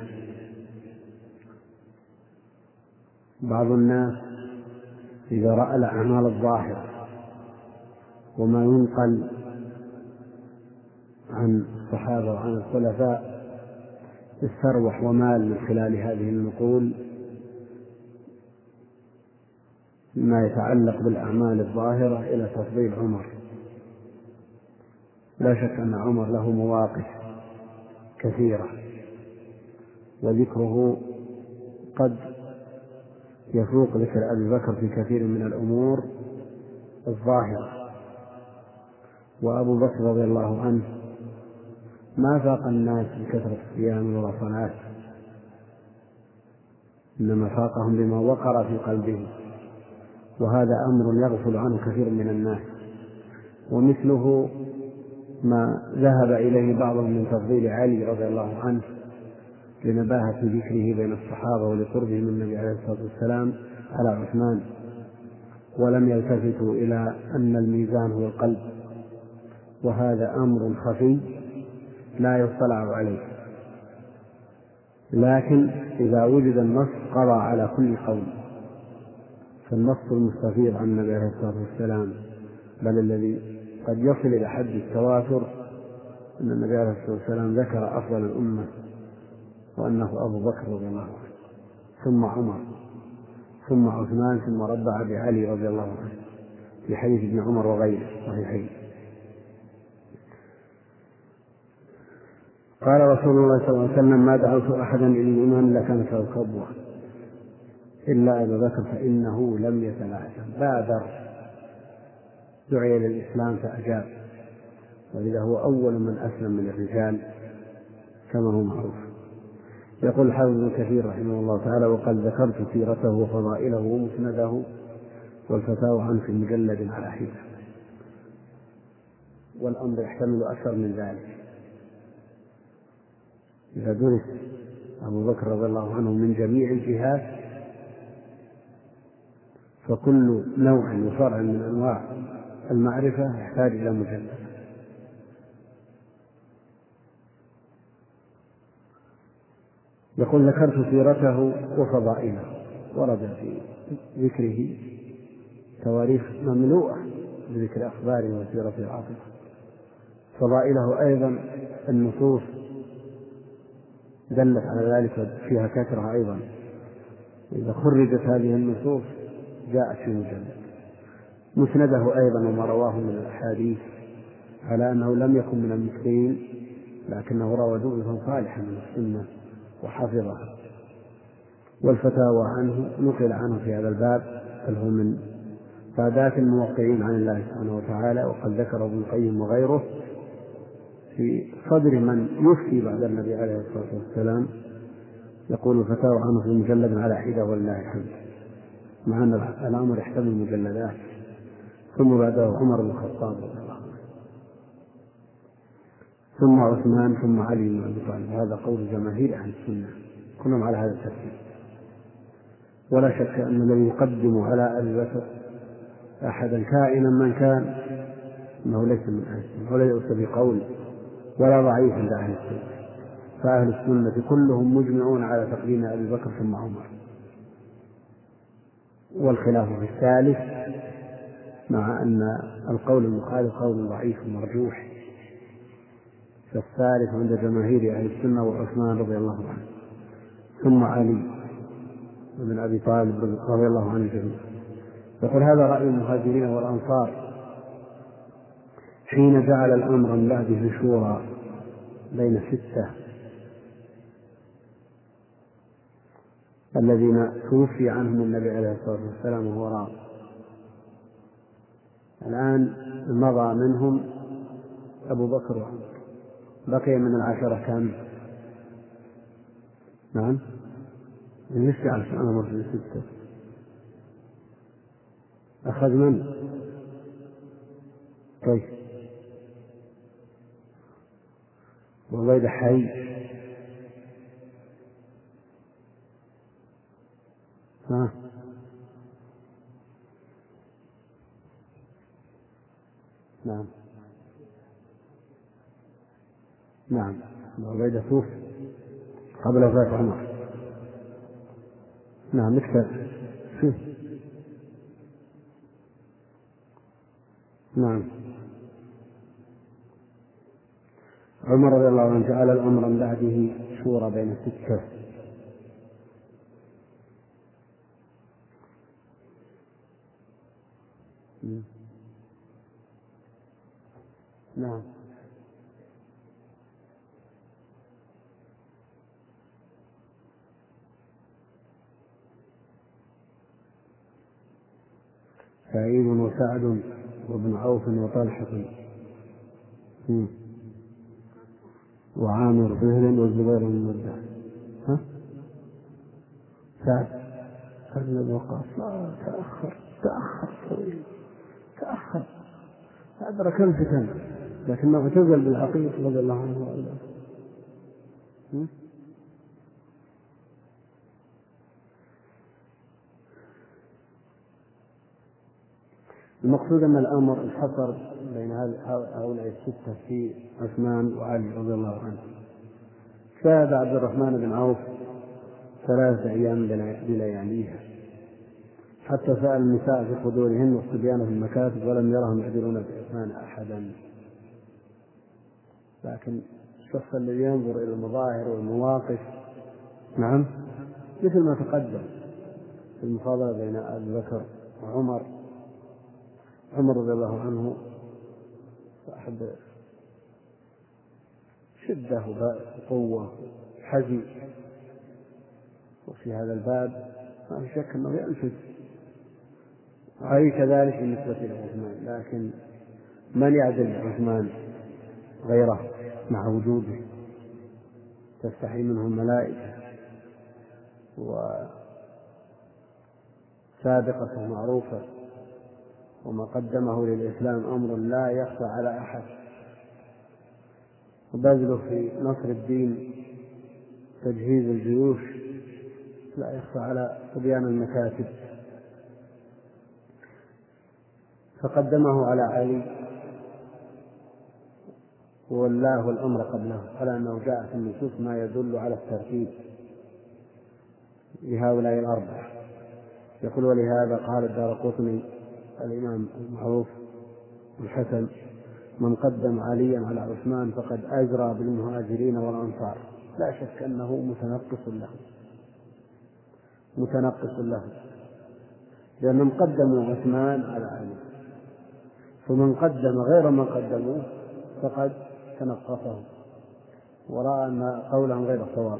بعض الناس إذا رأى الأعمال الظاهرة وما ينقل عن الصحابة وعن الخلفاء استروح ومال من خلال هذه النقول ما يتعلق بالأعمال الظاهرة إلى تفضيل عمر. لا شك أن عمر له مواقف كثيرة، وذكره قد يفوق ذكر أبي بكر في كثير من الأمور الظاهرة. وأبو بكر رضي الله عنه ما فاق الناس بكثرة الصيام والصلاة، إنما فاقهم بما وقر في قلبه، وهذا أمر يغفل عنه كثير من الناس. ومثله ما ذهب إليه بعضهم من تفضيل علي رضي الله عنه لنباهة ذكره بين الصحابة ولقربه من النبي عليه الصلاة والسلام على عثمان، ولم يلتفتوا إلى أن الميزان هو القلب، وهذا أمر خفي لا يطلع عليه، لكن إذا وجد النص قضى على كل قول. فالنص المستفيض عن النبي عليه الصلاة والسلام، بل الذي قد يصل إلى حد التواتر، أن النبي عليه الصلاة والسلام ذكر أفضل الأمة وأنه أبو بكر رضي الله عنه، ثم عمر، ثم عثمان، ثم ربع بعلي رضي الله عنه في حديث ابن عمر وغيره صحيحين. قال رسول الله صلى الله عليه وسلم: ما دعوت أحدا إلى الإيمان لكانت له كبوة إلا أبا بكر فإنه لم يتلعثم. بادر، دعي للإسلام فأجاب، ولذا هو أول من أسلم من الرجال كما هو معروف. يقول الحافظ ابن كثير رحمه الله تعالى: وقد ذكرت سيرته وفضائله ومسنده والفتاوى عنه في مجلد على حدة. والأمر يحتمل أكثر من ذلك. إذا درس أبو بكر رضي الله عنه من جميع الجهات فكل نوع وفرع من أنواع المعرفة يحتاج إلى مجلد. يقول: ذكرت سيرته وفضائله، ورد في ذكره تواريخ مملوءة بذكر أخباره وسيرته العاطفة. فضائله أيضا النصوص دلت على ذلك فيها كثرة أيضا، إذا خرجت هذه النصوص جاءت في مجلد. مسنده أيضا وما رواه من الأحاديث على أنه لم يكن من المسلمين، لكنه روى جملة صالحة من السنة وحفظها. والفتاوى عنه نقل عنه في هذا الباب، بل هو من سادات الموقعين عن الله سبحانه وتعالى، وقد ذكر ابن القيم وغيره في صدر من يفتي بعد النبي عليه الصلاة والسلام، يقول الفتاوى عنه في مجلد على حدة ولله الحمد، مع أن الأمر يحتمل مجلدات. ثم بعده عمر بن الخطاب رضي الله عنه، ثم عثمان، ثم علي بن أبي طالب. هذا قول جماهير أهل السنة كلهم على هذا الترتيب. ولا شك أن الذي يقدم على أبي بكر أحدا كائنا من كان أنه ليس من أهل السنة، ولا يؤس بقول ولا ضعيف عند أهل السنة. فأهل السنة كلهم مجمعون على تقديم أبي بكر ثم عمر، والخلاف في الثالث، مع أن القول المخالف قول ضعيف مرجوح. فالثالث عند جماهير أهل السنة وعثمان رضي الله عنه، ثم علي بن أبي طالب رضي الله عنه جميعا. يقول هذا رأي المهاجرين والأنصار حين جعل الأمر من بعده شورى بين ستة الذين توفي عنهم النبي عليه الصلاة والسلام وهو راض. الآن مضى منهم أبو بكر وعمر، بقي من العشرة كم؟ نعم، ليش على الأمر في ستة؟ أخذ من؟ طيب، وبيد حي. ها، نعم نعم، وبيد توف قبل وفاة عمر. نعم، مثل نعم. عمر رضي الله عنه جعل الأمر من بعده شورى بين الستة. نعم، سعيد وسعد وابن عوف وطلحة وعامر فهل والزبير بن مردان. ها، سعد سعد بن وقاص لا تأخر تأخر طويل تأخر أدرك الفتن، لكنه اعتزل بالحقيقة رضي الله عنه وأرضاه. المقصود أن الأمر انحصر بين هؤلاء الستة في عثمان وعلي رضي الله عنه. شاهد عبد الرحمن بن عوف ثلاثة أيام بلياليها، حتى سأل النساء في قدورهن والصبيان في المكاتب ولم يرهم يعدلون بعثمان أحدا. لكن الشخص الذي ينظر إلى المظاهر والمواقف، نعم، مثل ما تقدم في المفاضلة بين أبي بكر وعمر. عمر رضي الله عنه صاحب شدة وقوة حزم، وفي هذا الباب ما في شك أنه ينفذ، علي كذلك بالنسبة لعثمان. لكن من يعدل عثمان غيره مع وجوده؟ تستحي منه الملائكة، وسابقته معروفة، وما قدمه للإسلام أمر لا يخفى على أحد، وبذله في نصر الدين تجهيز الجيوش لا يخفى على صبيان المكاتب. فقدمه على علي وولاه الأمر قبله، على أنه جاء في النصوص ما يدل على الترتيب لهؤلاء الأربعة. يقول ولهذا قال الدارقطني الإمام المعروف الحسن: من قدم عليا على عثمان فقد أجرى بالمهاجرين والأنصار. لا شك أنه متنقص له، متنقص له، لأنهم قدموا عثمان على علي، فمن قدم غير من قدموه فقد تنقصه ورأى أن قولهم غير صواب،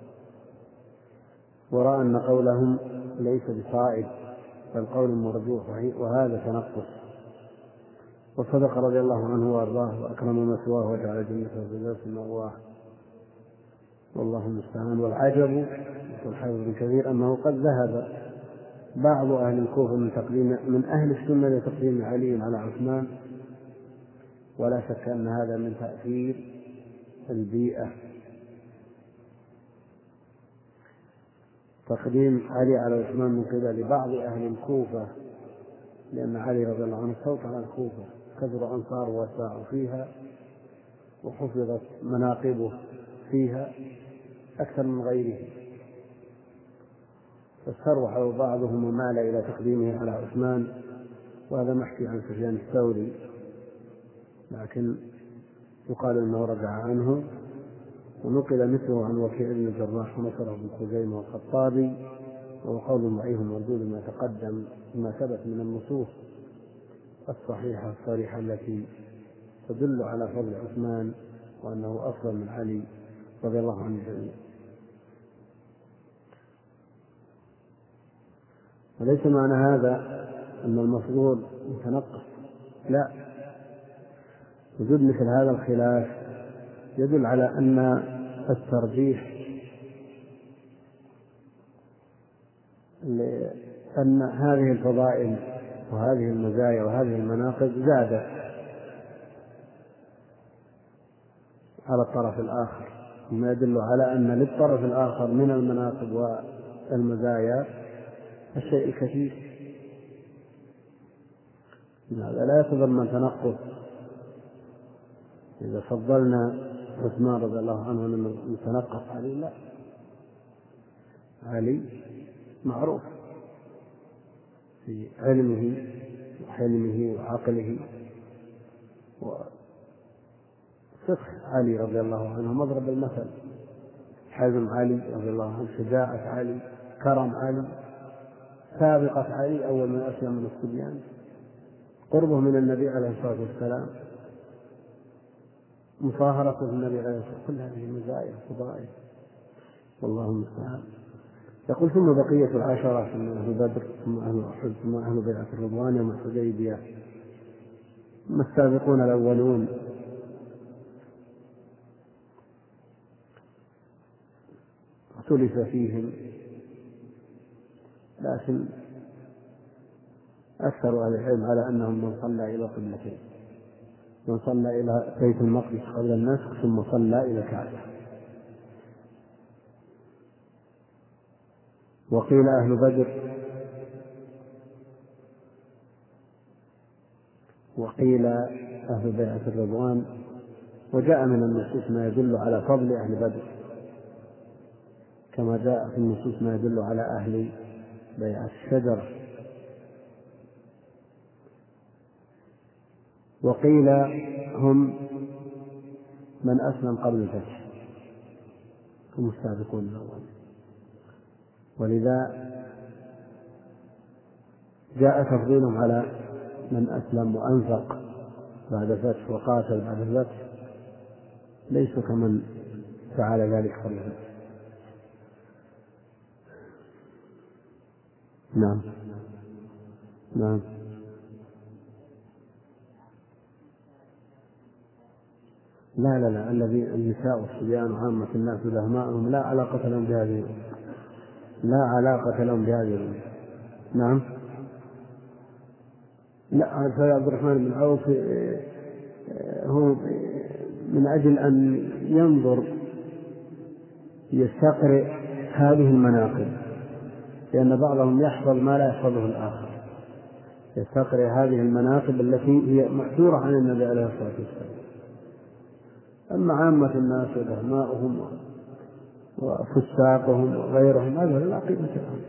ورأى أن قولهم ليس بصائب بل قول مرجوح، وهذا تنقص. وصدق رضي الله عنه وأرضاه وأكرم مثواه وجعل جنته الفردوس مأواه، والله المستعان. والعجب يقول حافظ بن كثير أنه قد ذهب بعض أهل الكوفة من تقديم من أهل السنة لتقديم علي على عثمان، ولا شك أن هذا من تأثير البيئة. تقديم علي على عثمان من قبل بعض أهل الكوفة، لأن علي رضي الله عنه سيطر على الكوفة، كثر أنصار وساعوا فيها وحفظت مناقبه فيها أكثر من غيره، فاستروح بعضهم ومال إلى تقديمه على عثمان، وهذا محكي عن سفيان الثوري، لكن يقال أنه رجع عنه. ونقل مثله عن وكيع بن الجراح ونصره بن خزيمة والخطابي، وهو قول ضعيف مردود ما تقدم ما ثبت من النصوص الصحيحة الصريحة التي تدل على فضل عثمان وأنه أفضل من علي رضي الله عنه الجميع. وليس معنى هذا أن المفضول متنقص، لا، وجود مثل هذا الخلاف يدل على أن الترجيح أن هذه الفضائل وهذه المزايا وهذه المناقب زادت على الطرف الآخر، مما يدل على أن للطرف الآخر من المناقب والمزايا الشيء الكثير. هذا لا يتضمن تنقص. إذا فضلنا عثمان رضي الله عنه أن نتنقص علي، لا، علي معروف في علمه وحلمه وعقله، وصدق علي رضي الله عنه مضرب المثل، حزم علي رضي الله عنه، شجاعة علي، كرم علي، سابقة علي أول من أسلم من الصبيان، قربه من النبي عليه الصلاة والسلام، مصاهرته النبي عليه الصلاة والسلام، كل هذه المزايا وفضائل، والله المستعان. يقول ثم بقية العشرة ثم أهل بدر ثم أهل أحد ثم أهل بيعة الرضوان يوم الحديبية ثم السابقون الأولون اختلف فيهم، لكن أكثر أهل العلم على أنهم من صلى إلى قبلتين، من صلى إلى بيت المقدس قبل النسخ ثم صلى إلى الكعبة. وقيل أهل بدر، وقيل أهل بيعة الرضوان، وجاء من النصوص ما يدل على فضل أهل بدر، كما جاء في النصوص ما يدل على أهل بيعة الشجر. وقيل هم من أسلم قبل الفتح، هم السابقون الأول، ولذا جاء تفضيلهم على من أسلم وأنفق بعد الفتح وقاتل بعد الفتح، ليسوا كمن فعل ذلك قبل الفتح. نعم نعم لا لا لا الذي النساء والصبيان وعامة الناس ولهمائهم لا علاقة لهم بهذه، لا علاقة لهم بهذه. نعم لا، عبد الرحمن بن عوف هو من أجل أن ينظر يستقرئ هذه المناقب، لأن بعضهم يحفظ ما لا يحفظه الآخر، يستقرئ هذه المناقب التي هي محذورة عن النبي عليه الصلاة والسلام. أما عامة الناس ولهمائهم وفساقهم وغيرهم هذا لا قيمة لهم،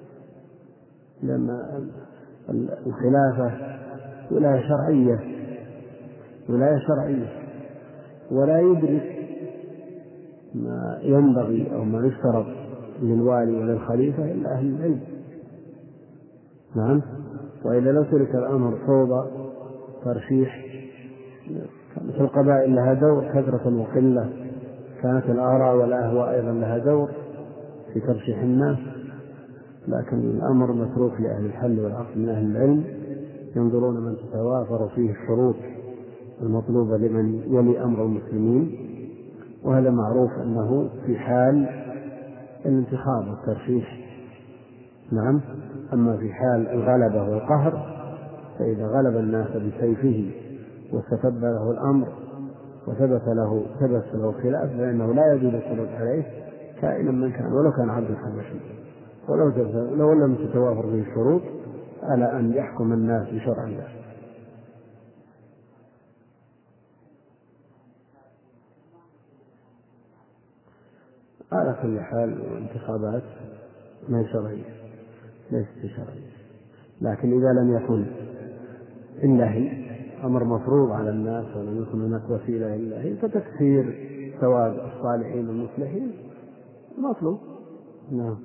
لأن الخلافة ولاية شرعية، ولاية شرعية، ولا يدرك ما ينبغي أو ما يشترط للوالي وللخليفة إلا أهل العلم. نعم. وإذا لو ترك الأمر فوضى ترشيح كانت القبائل لها دور كثرة وقلة، كانت الآراء والأهواء أيضا لها دور في ترشيح الناس، لكن الأمر متروك لأهل الحل والعقد من أهل العلم، ينظرون من تتوافر فيه الشروط المطلوبة لمن يلي أمر المسلمين، وهذا معروف أنه في حال الانتخاب والترشيح. نعم. أما في حال الغلبة والقهر فإذا غلب الناس بسيفه واستتب له الأمر وثبت له ثبت له خلاف فإنه لا يجوز الخروج عليه كائنا من كان ولو كان عبد حبشي، ولو لو لم تتوافر فيه الشروط على أن يحكم الناس بشرع الله. على كل حال الانتخابات ما هي شرعية، ليست شرعية، لكن إذا لم يكن النهي أمر مفروض على الناس ولم يكن هناك وسيلة للنهي فتكثير ثواب الصالحين المصلحين مطلوب. نعم.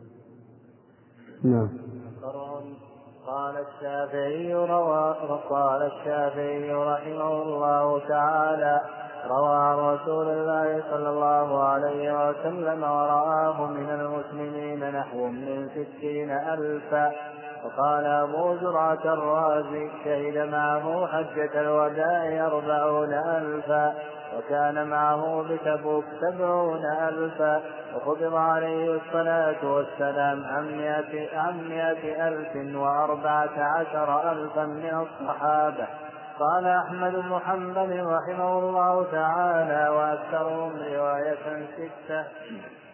نعم. قال الشافعي روى قال الشافعي رحمه الله تعالى: روى رسول الله صلى الله عليه وسلم ورآه من المسلمين نحو من ستين ألفا. وقال أبو زرعة الرازي: شهد معه حجة الوداع أربعون ألفا، وكان معه بتبوك سبعون ألفا، وقبض عليه الصلاة والسلام عن مائة ألف وأربعة عشر ألفا من الصحابة. قال أحمد بن حنبل رحمه الله تعالى: وأكثرهم رواية ستة.